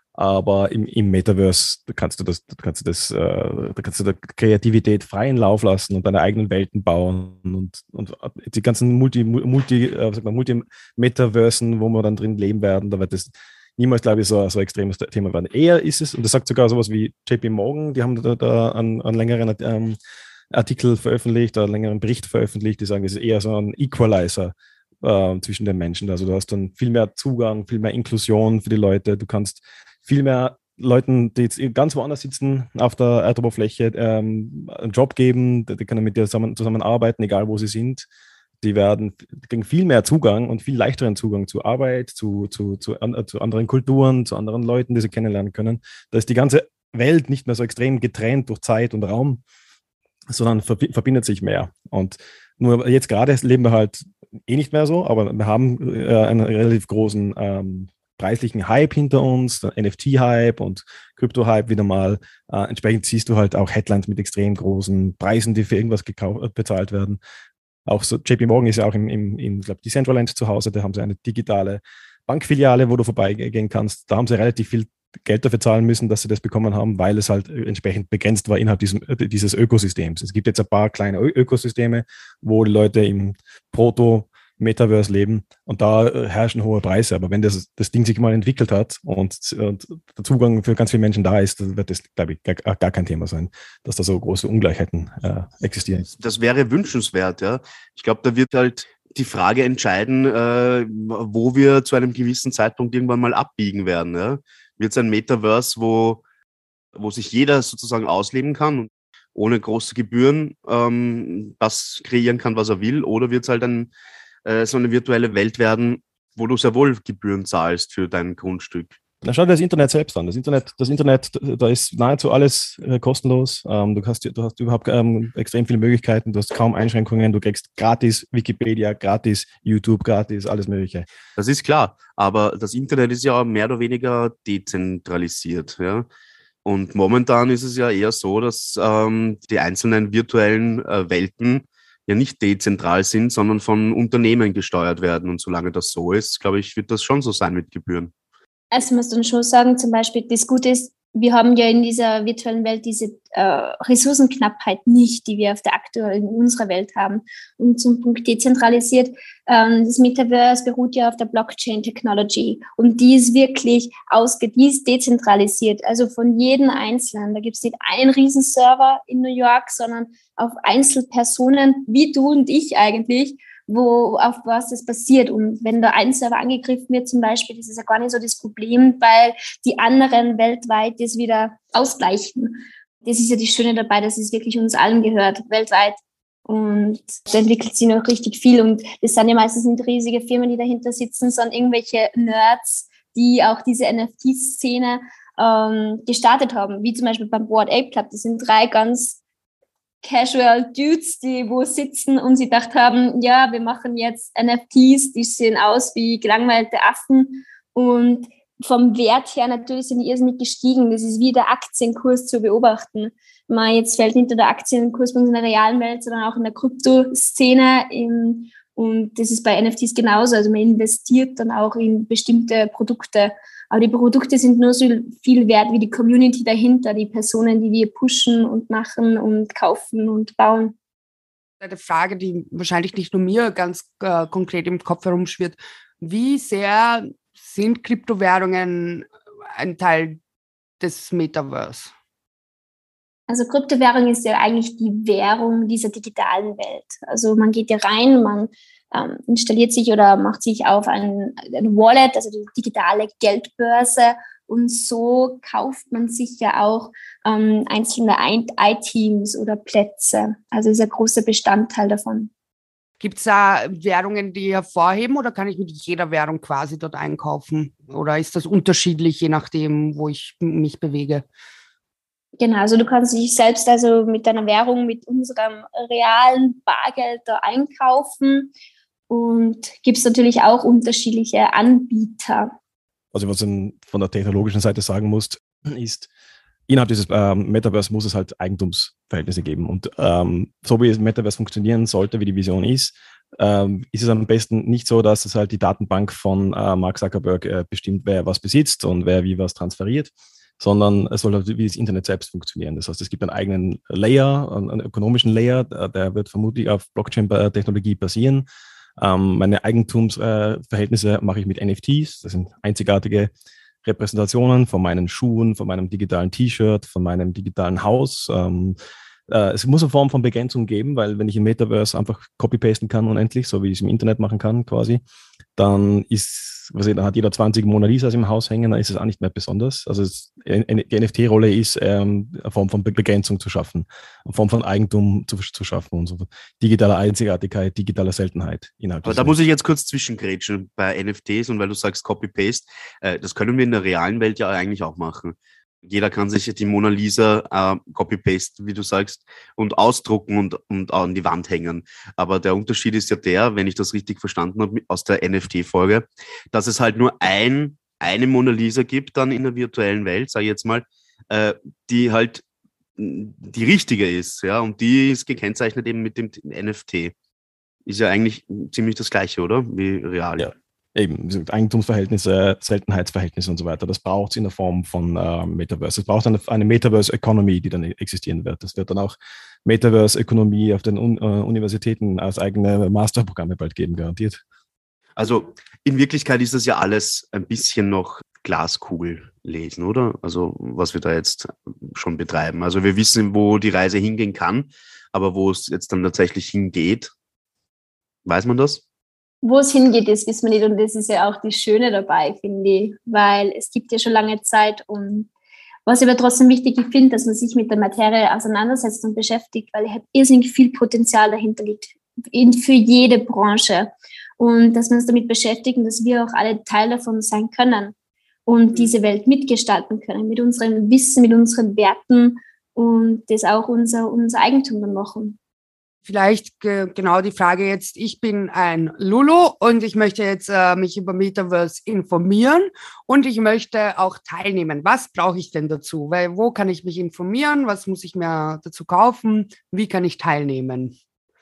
Aber im, im Metaverse kannst du das, kannst du das, äh, da kannst du der Kreativität freien Lauf lassen und deine eigenen Welten bauen und, und die ganzen Multi, Multi, äh, sag mal, Multi-Metaversen, wo wir dann drin leben werden, da wird das niemals, glaube ich, so, so ein extremes Thema werden. Eher ist es, und das sagt sogar sowas wie J P Morgan, die haben da, da einen, einen längeren ähm, Artikel veröffentlicht, einen längeren Bericht veröffentlicht, die sagen, es ist eher so ein Equalizer äh, zwischen den Menschen. Also du hast dann viel mehr Zugang, viel mehr Inklusion für die Leute, du kannst viel mehr Leuten, die jetzt ganz woanders sitzen auf der Erdoberfläche, ähm, einen Job geben, die können mit dir zusammen, zusammenarbeiten, egal wo sie sind. Die werden kriegen viel mehr Zugang und viel leichteren Zugang zu Arbeit, zu, zu, zu, an, zu anderen Kulturen, zu anderen Leuten, die sie kennenlernen können. Da ist die ganze Welt nicht mehr so extrem getrennt durch Zeit und Raum, sondern verbindet sich mehr. Und nur jetzt gerade leben wir halt eh nicht mehr so, aber wir haben äh, einen relativ großen ähm, preislichen Hype hinter uns, der N F T-Hype und Krypto-Hype wieder mal. Äh, entsprechend siehst du halt auch Headlines mit extrem großen Preisen, die für irgendwas gekauft, bezahlt werden. Auch so, J P Morgan ist ja auch im, im, im glaub, Decentraland zu Hause, da haben sie eine digitale Bankfiliale, wo du vorbeigehen kannst. Da haben sie relativ viel Geld dafür zahlen müssen, dass sie das bekommen haben, weil es halt entsprechend begrenzt war innerhalb diesem, dieses Ökosystems. Es gibt jetzt ein paar kleine Ö- Ökosysteme, wo die Leute im Proto-Metaverse leben und da herrschen hohe Preise. Aber wenn das, das Ding sich mal entwickelt hat und, und der Zugang für ganz viele Menschen da ist, dann wird das, glaube ich, gar, gar kein Thema sein, dass da so große Ungleichheiten äh, existieren. Das wäre wünschenswert, ja. Ich glaube, da wird halt die Frage entscheiden, äh, wo wir zu einem gewissen Zeitpunkt irgendwann mal abbiegen werden. Ja? Wird es ein Metaverse, wo, wo sich jeder sozusagen ausleben kann und ohne große Gebühren ähm, das kreieren kann, was er will, oder wird es halt ein, äh, so eine virtuelle Welt werden, wo du sehr wohl Gebühren zahlst für dein Grundstück? Na, schau dir das Internet selbst an. Das Internet, das Internet, da ist nahezu alles äh, kostenlos. Ähm, du, hast, du hast überhaupt ähm, extrem viele Möglichkeiten. Du hast kaum Einschränkungen. Du kriegst gratis Wikipedia, gratis YouTube, gratis alles Mögliche. Das ist klar. Aber das Internet ist ja mehr oder weniger dezentralisiert. Ja? Und momentan ist es ja eher so, dass ähm, die einzelnen virtuellen äh, Welten ja nicht dezentral sind, sondern von Unternehmen gesteuert werden. Und solange das so ist, glaube ich, wird das schon so sein mit Gebühren. Also muss dann schon sagen, zum Beispiel, das Gute ist, wir haben ja in dieser virtuellen Welt diese äh, Ressourcenknappheit nicht, die wir auf der aktuell in unserer Welt haben. Und zum Punkt dezentralisiert, ähm, das Metaverse beruht ja auf der Blockchain-Technology und die ist wirklich ausge, die ist dezentralisiert, also von jedem Einzelnen. Da gibt es nicht einen Riesenserver in New York, sondern auf Einzelpersonen, wie du und ich eigentlich, wo auf was das passiert. Und wenn da ein Server angegriffen wird zum Beispiel, das ist ja gar nicht so das Problem, weil die anderen weltweit das wieder ausgleichen. Das ist ja das Schöne dabei, dass es wirklich uns allen gehört, weltweit. Und da entwickelt sich noch richtig viel. Und das sind ja meistens nicht riesige Firmen, die dahinter sitzen, sondern irgendwelche Nerds, die auch diese N F T-Szene ähm, gestartet haben, wie zum Beispiel beim Bored Ape Club. Das sind drei ganz Casual Dudes, die wo sitzen und sie gedacht haben, ja, wir machen jetzt N F Ts, die sehen aus wie gelangweilte Affen und vom Wert her natürlich sind die irrsinnig gestiegen. Das ist wie der Aktienkurs zu beobachten. Man jetzt fällt nicht nur der Aktienkurs bei uns in der realen Welt, sondern auch in der Kryptoszene. In, und das ist bei N F Ts genauso. Also man investiert dann auch in bestimmte Produkte. Aber die Produkte sind nur so viel wert wie die Community dahinter, die Personen, die wir pushen und machen und kaufen und bauen. Eine Frage, die wahrscheinlich nicht nur mir ganz äh, konkret im Kopf herumschwirrt. Wie sehr sind Kryptowährungen ein Teil des Metaverse? Also Kryptowährung ist ja eigentlich die Währung dieser digitalen Welt. Also man geht ja rein, man ähm, installiert sich oder macht sich auf ein, ein Wallet, also die digitale Geldbörse, und so kauft man sich ja auch ähm, einzelne Items oder Plätze. Also ist ein großer Bestandteil davon. Gibt es da Währungen, die hervorheben, oder kann ich mit jeder Währung quasi dort einkaufen? Oder ist das unterschiedlich, je nachdem, wo ich mich bewege? Genau, also du kannst dich selbst also mit deiner Währung, mit unserem realen Bargeld da einkaufen, und gibt es natürlich auch unterschiedliche Anbieter. Also was du von der technologischen Seite sagen musst, ist, innerhalb dieses ähm, Metaverse muss es halt Eigentumsverhältnisse geben. Und ähm, so wie das Metaverse funktionieren sollte, wie die Vision ist, ähm, ist es am besten nicht so, dass es halt die Datenbank von äh, Mark Zuckerberg äh, bestimmt, wer was besitzt und wer wie was transferiert, sondern es soll halt wie das Internet selbst funktionieren. Das heißt, es gibt einen eigenen Layer, einen, einen ökonomischen Layer, der, der wird vermutlich auf Blockchain-Technologie basieren. Ähm, meine Eigentumsverhältnisse äh, mache ich mit N F Ts, das sind einzigartige Repräsentationen von meinen Schuhen, von meinem digitalen T-Shirt, von meinem digitalen Haus. Ähm, äh, es muss eine Form von Begrenzung geben, weil wenn ich im Metaverse einfach copy-pasten kann unendlich, so wie ich es im Internet machen kann quasi, dann ist, was ich, dann hat jeder zwanzig Mona Lisas im Haus hängen, dann ist es auch nicht mehr besonders. Also es, die N F T-Rolle ist, ähm, eine Form von Begrenzung zu schaffen, eine Form von Eigentum zu, zu schaffen und so. Digitale Einzigartigkeit, digitale Seltenheit. Aber da muss ich jetzt kurz zwischengrätschen bei N F Ts und weil du sagst Copy-Paste, äh, das können wir in der realen Welt ja eigentlich auch machen. Jeder kann sich die Mona Lisa äh, Copy-Paste, wie du sagst, und ausdrucken und, und an die Wand hängen. Aber der Unterschied ist ja der, wenn ich das richtig verstanden habe aus der N F T-Folge, dass es halt nur ein, eine Mona Lisa gibt dann in der virtuellen Welt, sage ich jetzt mal, äh, die halt die richtige ist, ja, und die ist gekennzeichnet eben mit dem N F T. Ist ja eigentlich ziemlich das Gleiche, oder? Wie real. Ja. Eben, Eigentumsverhältnisse, Seltenheitsverhältnisse und so weiter. Das braucht es in der Form von äh, Metaverse. Es braucht eine, eine Metaverse-Economy, die dann existieren wird. Das wird dann auch Metaverse-Ökonomie auf den Un äh, Universitäten als eigene Masterprogramme bald geben, garantiert. Also in Wirklichkeit ist das ja alles ein bisschen noch Glaskugel lesen, oder? Also was wir da jetzt schon betreiben. Also wir wissen, wo die Reise hingehen kann, aber wo es jetzt dann tatsächlich hingeht, weiß man das? Wo es hingeht, das wissen wir nicht und das ist ja auch das Schöne dabei, finde ich, weil es gibt ja schon lange Zeit und was ich aber trotzdem wichtig finde, dass man sich mit der Materie auseinandersetzt und beschäftigt, weil halt irrsinnig viel Potenzial dahinter liegt, in, für jede Branche und dass wir uns damit beschäftigen, dass wir auch alle Teil davon sein können und diese Welt mitgestalten können, mit unserem Wissen, mit unseren Werten und das auch unser, unser Eigentum dann machen. Vielleicht ge- genau die Frage jetzt, ich bin ein Lulu und ich möchte jetzt äh, mich über Metaverse informieren und ich möchte auch teilnehmen. Was brauche ich denn dazu? Weil, wo kann ich mich informieren? Was muss ich mir dazu kaufen? Wie kann ich teilnehmen?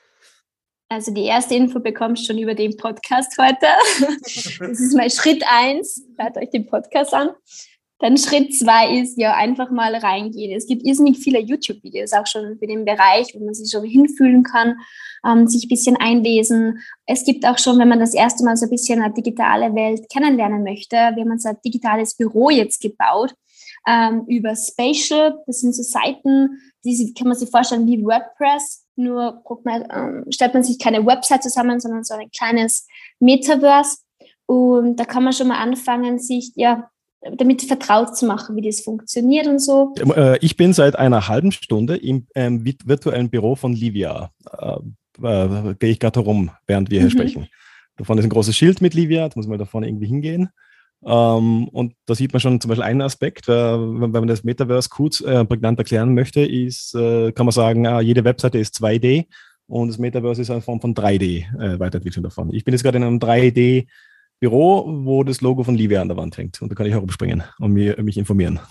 Also die erste Info bekommst du schon über den Podcast heute. Das ist mal Schritt eins. Hört euch den Podcast an. Dann Schritt zwei ist ja einfach mal reingehen. Es gibt irrsinnig viele YouTube-Videos auch schon für den Bereich, wo man sich schon hinfühlen kann, ähm, sich ein bisschen einlesen. Es gibt auch schon, wenn man das erste Mal so ein bisschen eine digitale Welt kennenlernen möchte, wir haben uns ein digitales Büro jetzt gebaut ähm, über Spatial. Das sind so Seiten, die kann man sich vorstellen wie WordPress, nur ähm, stellt man sich keine Website zusammen, sondern so ein kleines Metaverse. Und da kann man schon mal anfangen, sich ja damit vertraut zu machen, wie das funktioniert und so. Ich bin seit einer halben Stunde im ähm, virtuellen Büro von Livia. Äh, äh, gehe ich gerade herum, während wir hier mhm. sprechen. Da vorne ist ein großes Schild mit Livia, da muss man da vorne irgendwie hingehen. Ähm, und da sieht man schon zum Beispiel einen Aspekt, äh, wenn, wenn man das Metaverse kurz äh, prägnant erklären möchte, ist, äh, kann man sagen, äh, jede Webseite ist zwei D und das Metaverse ist eine Form von drei D, äh, Weiterentwicklung davon. Ich bin jetzt gerade in einem drei D Büro, wo das Logo von Livia an der Wand hängt. Und da kann ich herumspringen und mir, mich informieren.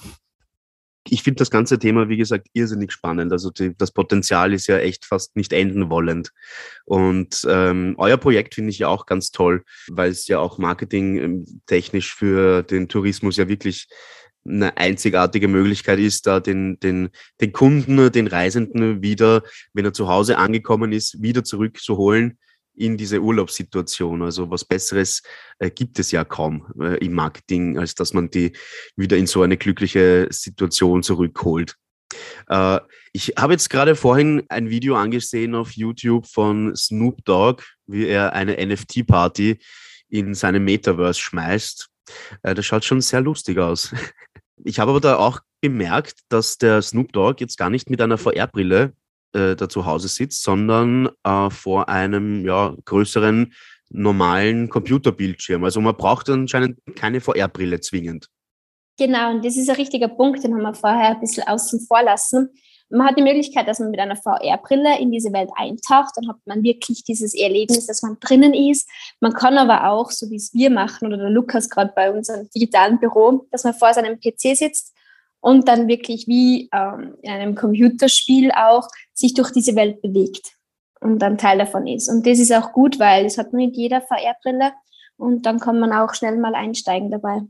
Ich finde das ganze Thema, wie gesagt, irrsinnig spannend. Also die, das Potenzial ist ja echt fast nicht enden wollend. Und ähm, euer Projekt finde ich ja auch ganz toll, weil es ja auch marketingtechnisch für den Tourismus ja wirklich eine einzigartige Möglichkeit ist, da den, den, den Kunden, den Reisenden wieder, wenn er zu Hause angekommen ist, wieder zurückzuholen in diese Urlaubssituation. Also was Besseres äh, gibt es ja kaum äh, im Marketing, als dass man die wieder in so eine glückliche Situation zurückholt. Äh, ich habe jetzt gerade vorhin ein Video angesehen auf YouTube von Snoop Dogg, wie er eine N F T-Party in seinem Metaverse schmeißt. Äh, das schaut schon sehr lustig aus. Ich habe aber da auch gemerkt, dass der Snoop Dogg jetzt gar nicht mit einer V R-Brille da zu Hause sitzt, sondern äh, vor einem ja, größeren, normalen Computerbildschirm. Also man braucht anscheinend keine V R-Brille zwingend. Genau, und das ist ein richtiger Punkt, den haben wir vorher ein bisschen außen vor lassen. Man hat die Möglichkeit, dass man mit einer V R-Brille in diese Welt eintaucht, dann hat man wirklich dieses Erlebnis, dass man drinnen ist. Man kann aber auch, so wie es wir machen, oder der Lukas gerade bei unserem digitalen Büro, dass man vor seinem P C sitzt und dann wirklich wie ähm, in einem Computerspiel auch sich durch diese Welt bewegt. und dann Teil davon ist. Und das ist auch gut, weil das hat nicht jeder V R-Brille und dann kann man auch schnell mal einsteigen dabei.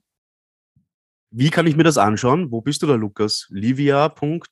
Wie kann ich mir das anschauen? Wo bist du da, Lukas? Livia.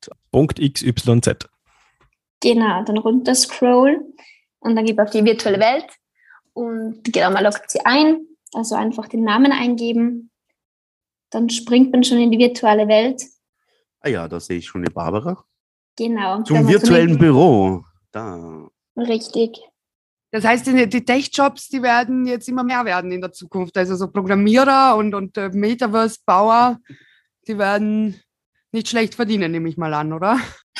.xyz. Genau, dann runter scroll und dann gebe ich auf die virtuelle Welt und genau, man loggt sie ein, also einfach den Namen eingeben, dann springt man schon in die virtuelle Welt. Ah ja, da sehe ich schon die Barbara. Genau. Zum virtuellen Büro. Da. Richtig. Das heißt, die, die Tech-Jobs, die werden jetzt immer mehr werden in der Zukunft. Also so Programmierer und, und äh, Metaverse-Bauer, die werden nicht schlecht verdienen, nehme ich mal an, oder?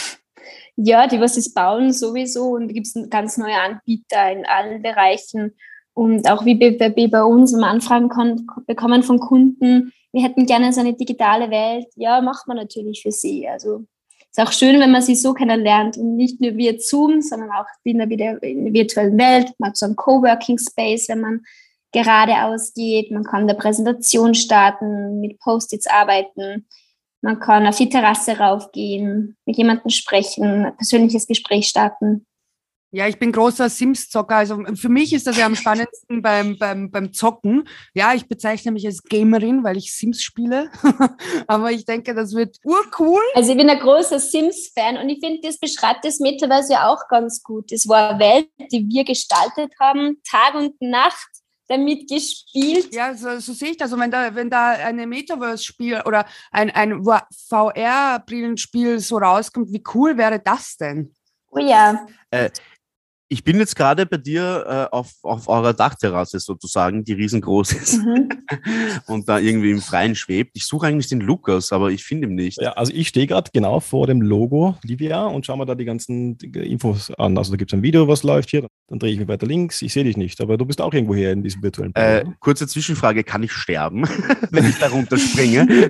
Ja, die was es bauen sowieso und gibt es ganz neue Anbieter in allen Bereichen und auch wie bei, wie bei uns, wenn man Anfragen kann, bekommen von Kunden, wir hätten gerne so eine digitale Welt, ja, macht man natürlich für sie. Also ist auch schön, wenn man sie so kennenlernt und nicht nur via Zoom, sondern auch in der, in der virtuellen Welt, man hat so einen Coworking Space, wenn man geradeaus geht, man kann eine Präsentation starten, mit Post-its arbeiten. Man kann auf die Terrasse raufgehen, mit jemandem sprechen, ein persönliches Gespräch starten. Ja, ich bin großer Sims-Zocker. Also für mich ist das ja am spannendsten beim, beim, beim Zocken. Ja, ich bezeichne mich als Gamerin, weil ich Sims spiele. Aber ich denke, das wird urcool. Also ich bin ein großer Sims-Fan und ich finde, das beschreibt das Metaverse ja auch ganz gut. Es war eine Welt, die wir gestaltet haben, Tag und Nacht damit gespielt. Ja, so, so sehe ich das. Und wenn da, wenn da eine Metaverse-Spiel oder ein, ein V R-Brillenspiel so rauskommt, wie cool wäre das denn? Oh ja. Äh, ich bin jetzt gerade bei dir äh, auf, auf eurer Dachterrasse sozusagen, die riesengroß ist Mhm. und da irgendwie im Freien schwebt. Ich suche eigentlich den Lukas, aber ich finde ihn nicht. Ja, also ich stehe gerade genau vor dem Logo Livia und schaue mir da die ganzen Infos an. Also da gibt es ein Video, was läuft hier. Dann drehe ich mich weiter links. Ich sehe dich nicht, aber du bist auch irgendwo hier in diesem virtuellen Äh, Büro. kurze Zwischenfrage, kann ich sterben, wenn ich da runterspringe?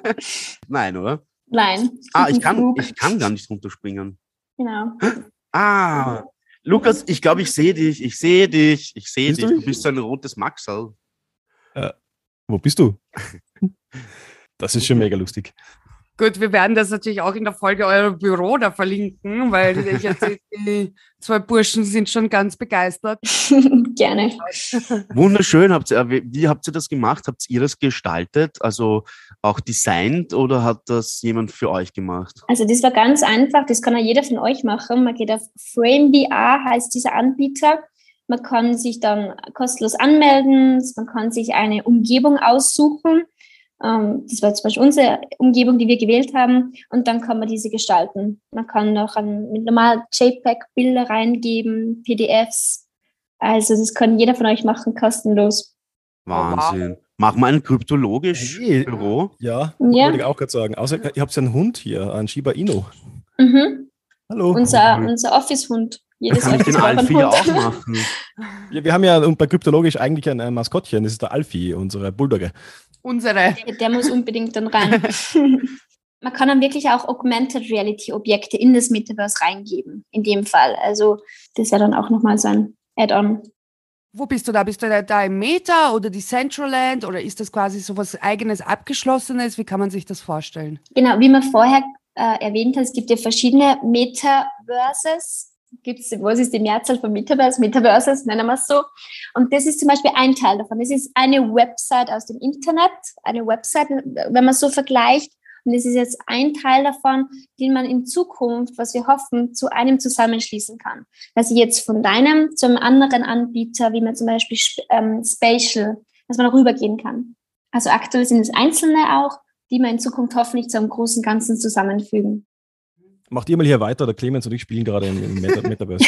Nein, oder? Nein. Ah, ich kann, Flug. ich kann gar nicht runterspringen. Genau. Ah, Lukas, ich glaube, ich sehe dich, ich sehe dich, ich sehe Siehst dich. du Du mich? bist so ein rotes Maxal. Wo bist du? Das ist schon mega lustig. Gut, wir werden das natürlich auch in der Folge euer Büro da verlinken, weil ich jetzt, die zwei Burschen sind schon ganz begeistert. Gerne. Wunderschön. Habt ihr, wie habt ihr das gemacht? Habt ihr das gestaltet, also auch designt oder hat das jemand für euch gemacht? Also das war ganz einfach, das kann ja jeder von euch machen. Man geht auf Frame V R, heißt dieser Anbieter. Man kann sich dann kostenlos anmelden, man kann sich eine Umgebung aussuchen. Das war zum Beispiel unsere Umgebung, die wir gewählt haben. Und dann kann man diese gestalten. Man kann noch an, mit normal JPEG-Bilder reingeben, P D Fs. Also das kann jeder von euch machen, kostenlos. Wahnsinn. Machen wir ein kryptologisch Hey. Büro? Ja, Ja. wollte ich auch gerade sagen. Außer ihr habt ja einen Hund hier, einen Shiba Inu. Mhm. Hallo. Unser, unser Office-Hund. Jedes Kann ich den Office braucht einen Alfie ja Hund. auch machen? Ja, wir haben ja und bei Kryptologisch eigentlich ein, ein Maskottchen, das ist der Alfie, unsere Bulldogge. Unsere. Der, der muss unbedingt dann rein. Man kann dann wirklich auch Augmented Reality Objekte in das Metaverse reingeben, in dem Fall. Also das wäre dann auch nochmal so ein Add-on. Wo bist du da? Bist du da, da im Meta oder die Decentraland oder ist das quasi so was eigenes, abgeschlossenes? Wie kann man sich das vorstellen? Genau, wie man vorher äh, erwähnt hat, es gibt ja verschiedene Metaverses. Gibt's, was ist die Mehrzahl von Metaverse? Metaverses, nennen wir es so. Und das ist zum Beispiel ein Teil davon. Das ist eine Website aus dem Internet, eine Website, wenn man so vergleicht. Und das ist jetzt ein Teil davon, den man in Zukunft, was wir hoffen, zu einem zusammenschließen kann. Dass ich jetzt von deinem zum anderen Anbieter, wie man zum Beispiel ähm, Spatial, dass man rübergehen kann. Also aktuell sind es einzelne auch, die man in Zukunft hoffentlich zu einem großen Ganzen zusammenfügen. Macht ihr mal hier weiter, der Clemens und ich spielen gerade im, im Meta- Metaverse.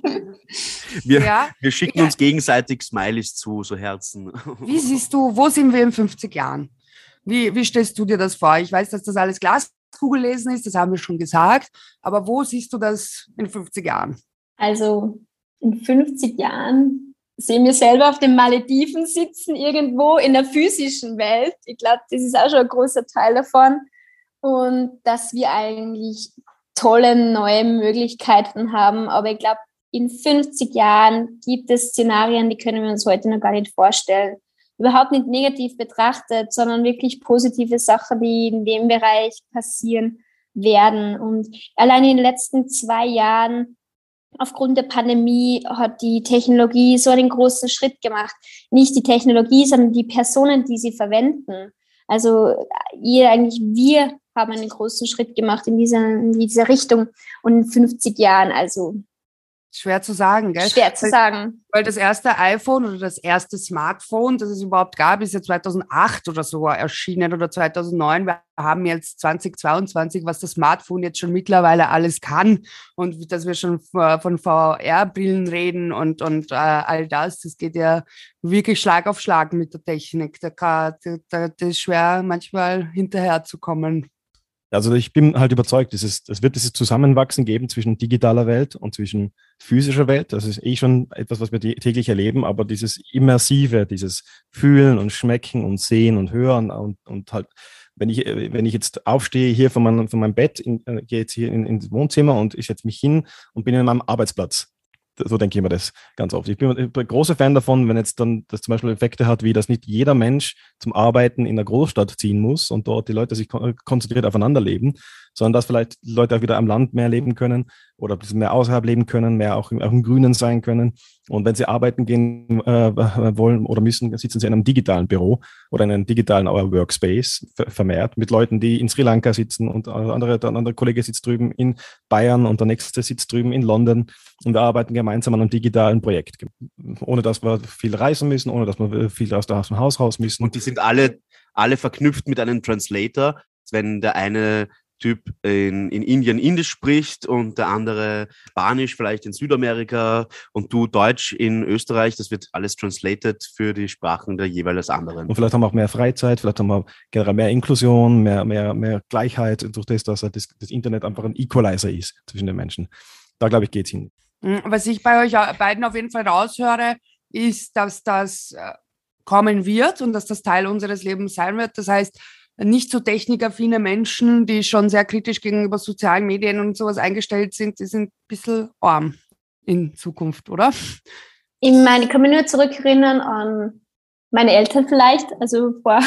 Wir, Ja. wir schicken Ja. uns gegenseitig Smileys zu, so Herzen. Wie siehst du, wo sind wir in fünfzig Jahren? Wie, wie stellst du dir das vor? Ich weiß, dass das alles Glaskugellesen ist, das haben wir schon gesagt. Aber wo siehst du das in fünfzig Jahren? Also in fünfzig Jahren sehen wir selber auf den Malediven sitzen, irgendwo in der physischen Welt. Ich glaube, das ist auch schon ein großer Teil davon. Und dass wir eigentlich tolle neue Möglichkeiten haben. Aber ich glaube, in fünfzig Jahren gibt es Szenarien, die können wir uns heute noch gar nicht vorstellen. Überhaupt nicht negativ betrachtet, sondern wirklich positive Sachen, die in dem Bereich passieren werden. Und allein in den letzten zwei Jahren aufgrund der Pandemie hat die Technologie so einen großen Schritt gemacht. Nicht die Technologie, sondern die Personen, die sie verwenden. Also ihr, eigentlich wir haben einen großen Schritt gemacht in dieser, in dieser Richtung. Und in fünfzig Jahren, also schwer zu sagen, gell? Schwer zu sagen. Weil das erste iPhone oder das erste Smartphone, das es überhaupt gab, ist ja zweitausendacht oder so erschienen oder zweitausendneun. Wir haben jetzt zweitausendzweiundzwanzig, was das Smartphone jetzt schon mittlerweile alles kann und dass wir schon von V R-Brillen reden und, und äh, all das, das geht ja wirklich Schlag auf Schlag mit der Technik. Da, kann, da, das ist schwer, manchmal hinterherzukommen. Also ich bin halt überzeugt, es, ist, es wird dieses Zusammenwachsen geben zwischen digitaler Welt und zwischen physischer Welt. Das ist eh schon etwas, was wir täglich erleben, aber dieses Immersive, dieses Fühlen und Schmecken und Sehen und Hören und, und halt, wenn ich, wenn ich jetzt aufstehe hier von meinem, von meinem Bett, in, äh, gehe jetzt hier in, ins Wohnzimmer und ich setze mich hin und bin in meinem Arbeitsplatz. So denke ich mir das ganz oft. Ich bin ein großer Fan davon, wenn jetzt dann das zum Beispiel Effekte hat, wie dass nicht jeder Mensch zum Arbeiten in der Großstadt ziehen muss und dort die Leute sich konzentriert aufeinander leben, sondern dass vielleicht die Leute auch wieder am Land mehr leben können oder ein bisschen mehr außerhalb leben können, mehr auch im, auch im Grünen sein können. Und wenn sie arbeiten gehen äh, wollen oder müssen, sitzen sie in einem digitalen Büro oder in einem digitalen Workspace vermehrt mit Leuten, die in Sri Lanka sitzen und andere, der andere Kollege sitzt drüben in Bayern und der nächste sitzt drüben in London und wir arbeiten gemeinsam an einem digitalen Projekt, ohne dass wir viel reisen müssen, ohne dass wir viel aus dem Haus raus müssen. Und die sind alle, alle verknüpft mit einem Translator, wenn der eine Typ in, in Indien Indisch spricht und der andere Spanisch vielleicht in Südamerika und du Deutsch in Österreich. Das wird alles translated für die Sprachen der jeweils anderen. Und vielleicht haben wir auch mehr Freizeit, vielleicht haben wir generell mehr Inklusion, mehr, mehr, mehr Gleichheit durch das, dass das, das Internet einfach ein Equalizer ist zwischen den Menschen. Da, glaube ich, geht es hin. Was ich bei euch beiden auf jeden Fall raushöre, ist, dass das kommen wird und dass das Teil unseres Lebens sein wird. Das heißt, nicht so technikaffine Menschen, die schon sehr kritisch gegenüber sozialen Medien und sowas eingestellt sind, die sind ein bisschen arm in Zukunft, oder? Ich meine, ich kann mich nur zurückerinnern an meine Eltern vielleicht. Also vor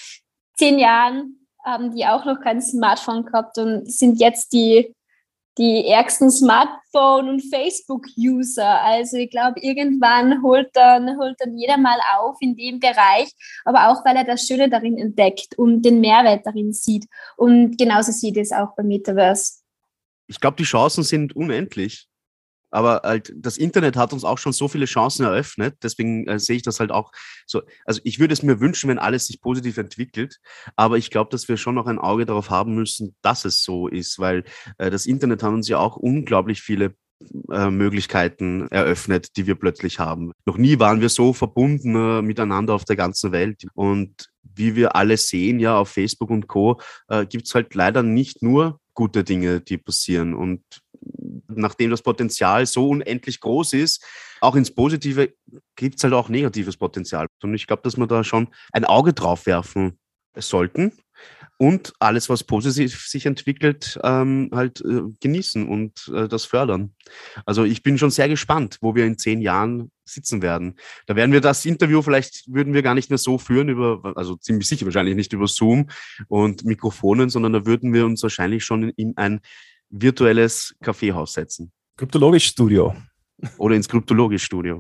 zehn Jahren haben die auch noch kein Smartphone gehabt und sind jetzt die die ärgsten Smartphone- und Facebook-User. Also ich glaube, irgendwann holt dann, holt dann jeder mal auf in dem Bereich, aber auch, weil er das Schöne darin entdeckt und den Mehrwert darin sieht. Und genauso sieht es auch beim Metaverse. Ich glaube, die Chancen sind unendlich. Aber halt, das Internet hat uns auch schon so viele Chancen eröffnet. Deswegen äh, sehe ich das halt auch so. Also ich würde es mir wünschen, wenn alles sich positiv entwickelt. Aber ich glaube, dass wir schon noch ein Auge darauf haben müssen, dass es so ist. Weil äh, das Internet hat uns ja auch unglaublich viele äh, Möglichkeiten eröffnet, die wir plötzlich haben. Noch nie waren wir so verbunden äh, miteinander auf der ganzen Welt. Und wie wir alle sehen, ja, auf Facebook und Co. Äh, gibt es halt leider nicht nur gute Dinge, die passieren. Und nachdem das Potenzial so unendlich groß ist, auch ins Positive gibt es halt auch negatives Potenzial. Und ich glaube, dass wir da schon ein Auge drauf werfen sollten und alles, was positiv sich entwickelt, ähm, halt äh, genießen und äh, das fördern. Also ich bin schon sehr gespannt, wo wir in zehn Jahren sitzen werden. Da werden wir das Interview, vielleicht würden wir gar nicht mehr so führen, über, also ziemlich sicher wahrscheinlich nicht über Zoom und Mikrofonen, sondern da würden wir uns wahrscheinlich schon in ein virtuelles Kaffeehaus setzen. Kryptologisch-Studio. Oder ins Kryptologisch-Studio.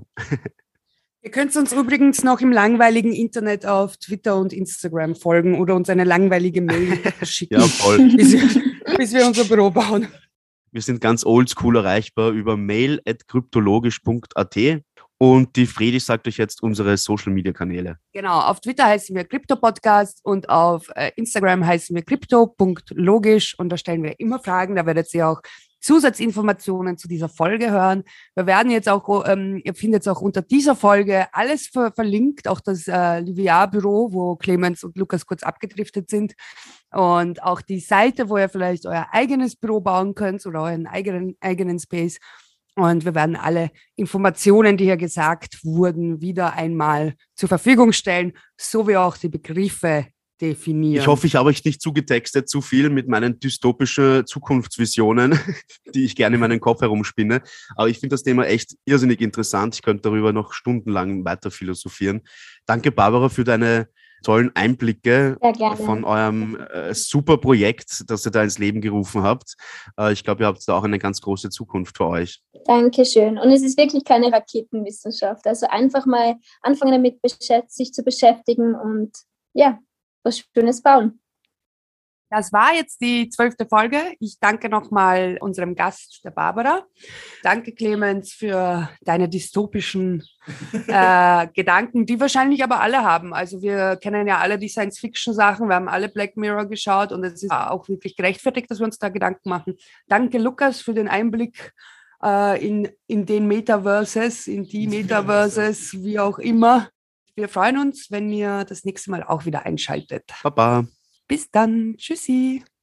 Ihr könnt uns übrigens noch im langweiligen Internet auf Twitter und Instagram folgen oder uns eine langweilige Mail schicken, ja, voll. bis, wir, bis wir unser Büro bauen. Wir sind ganz oldschool erreichbar über mail at kryptologisch punkt a t und die Fredi sagt euch jetzt unsere Social-Media-Kanäle. Genau, auf Twitter heißen wir Krypto-Podcast und auf äh, Instagram heißen wir krypto punkt logisch und da stellen wir immer Fragen, da werdet ihr auch Zusatzinformationen zu dieser Folge hören. Wir werden jetzt auch, ähm, ihr findet jetzt auch unter dieser Folge alles ver- verlinkt, auch das äh, Livia-Büro, wo Clemens und Lukas kurz abgedriftet sind und auch die Seite, wo ihr vielleicht euer eigenes Büro bauen könnt oder euren eigenen, eigenen Space. Und wir werden alle Informationen, die hier gesagt wurden, wieder einmal zur Verfügung stellen, sowie auch die Begriffe definieren. Ich hoffe, ich habe euch nicht zugetextet zu viel mit meinen dystopischen Zukunftsvisionen, die ich gerne in meinen Kopf herumspinne. Aber ich finde das Thema echt irrsinnig interessant. Ich könnte darüber noch stundenlang weiter philosophieren. Danke, Barbara, für deine tollen Einblicke Sehr gerne. von eurem äh, super Projekt, das ihr da ins Leben gerufen habt. Äh, ich glaube, ihr habt da auch eine ganz große Zukunft für euch. Dankeschön. Und es ist wirklich keine Raketenwissenschaft. Also einfach mal anfangen damit, beschä- sich zu beschäftigen und ja, was Schönes bauen. Das war jetzt die zwölfte Folge. Ich danke nochmal unserem Gast, der Barbara. Danke, Clemens, für deine dystopischen äh, Gedanken, die wahrscheinlich aber alle haben. Also wir kennen ja alle die Science-Fiction-Sachen, wir haben alle Black Mirror geschaut und es ist auch wirklich gerechtfertigt, dass wir uns da Gedanken machen. Danke, Lukas, für den Einblick äh, in, in den Metaverses, in die Metaverses, wie auch immer. Wir freuen uns, wenn ihr das nächste Mal auch wieder einschaltet. Baba. Bis dann. Tschüssi.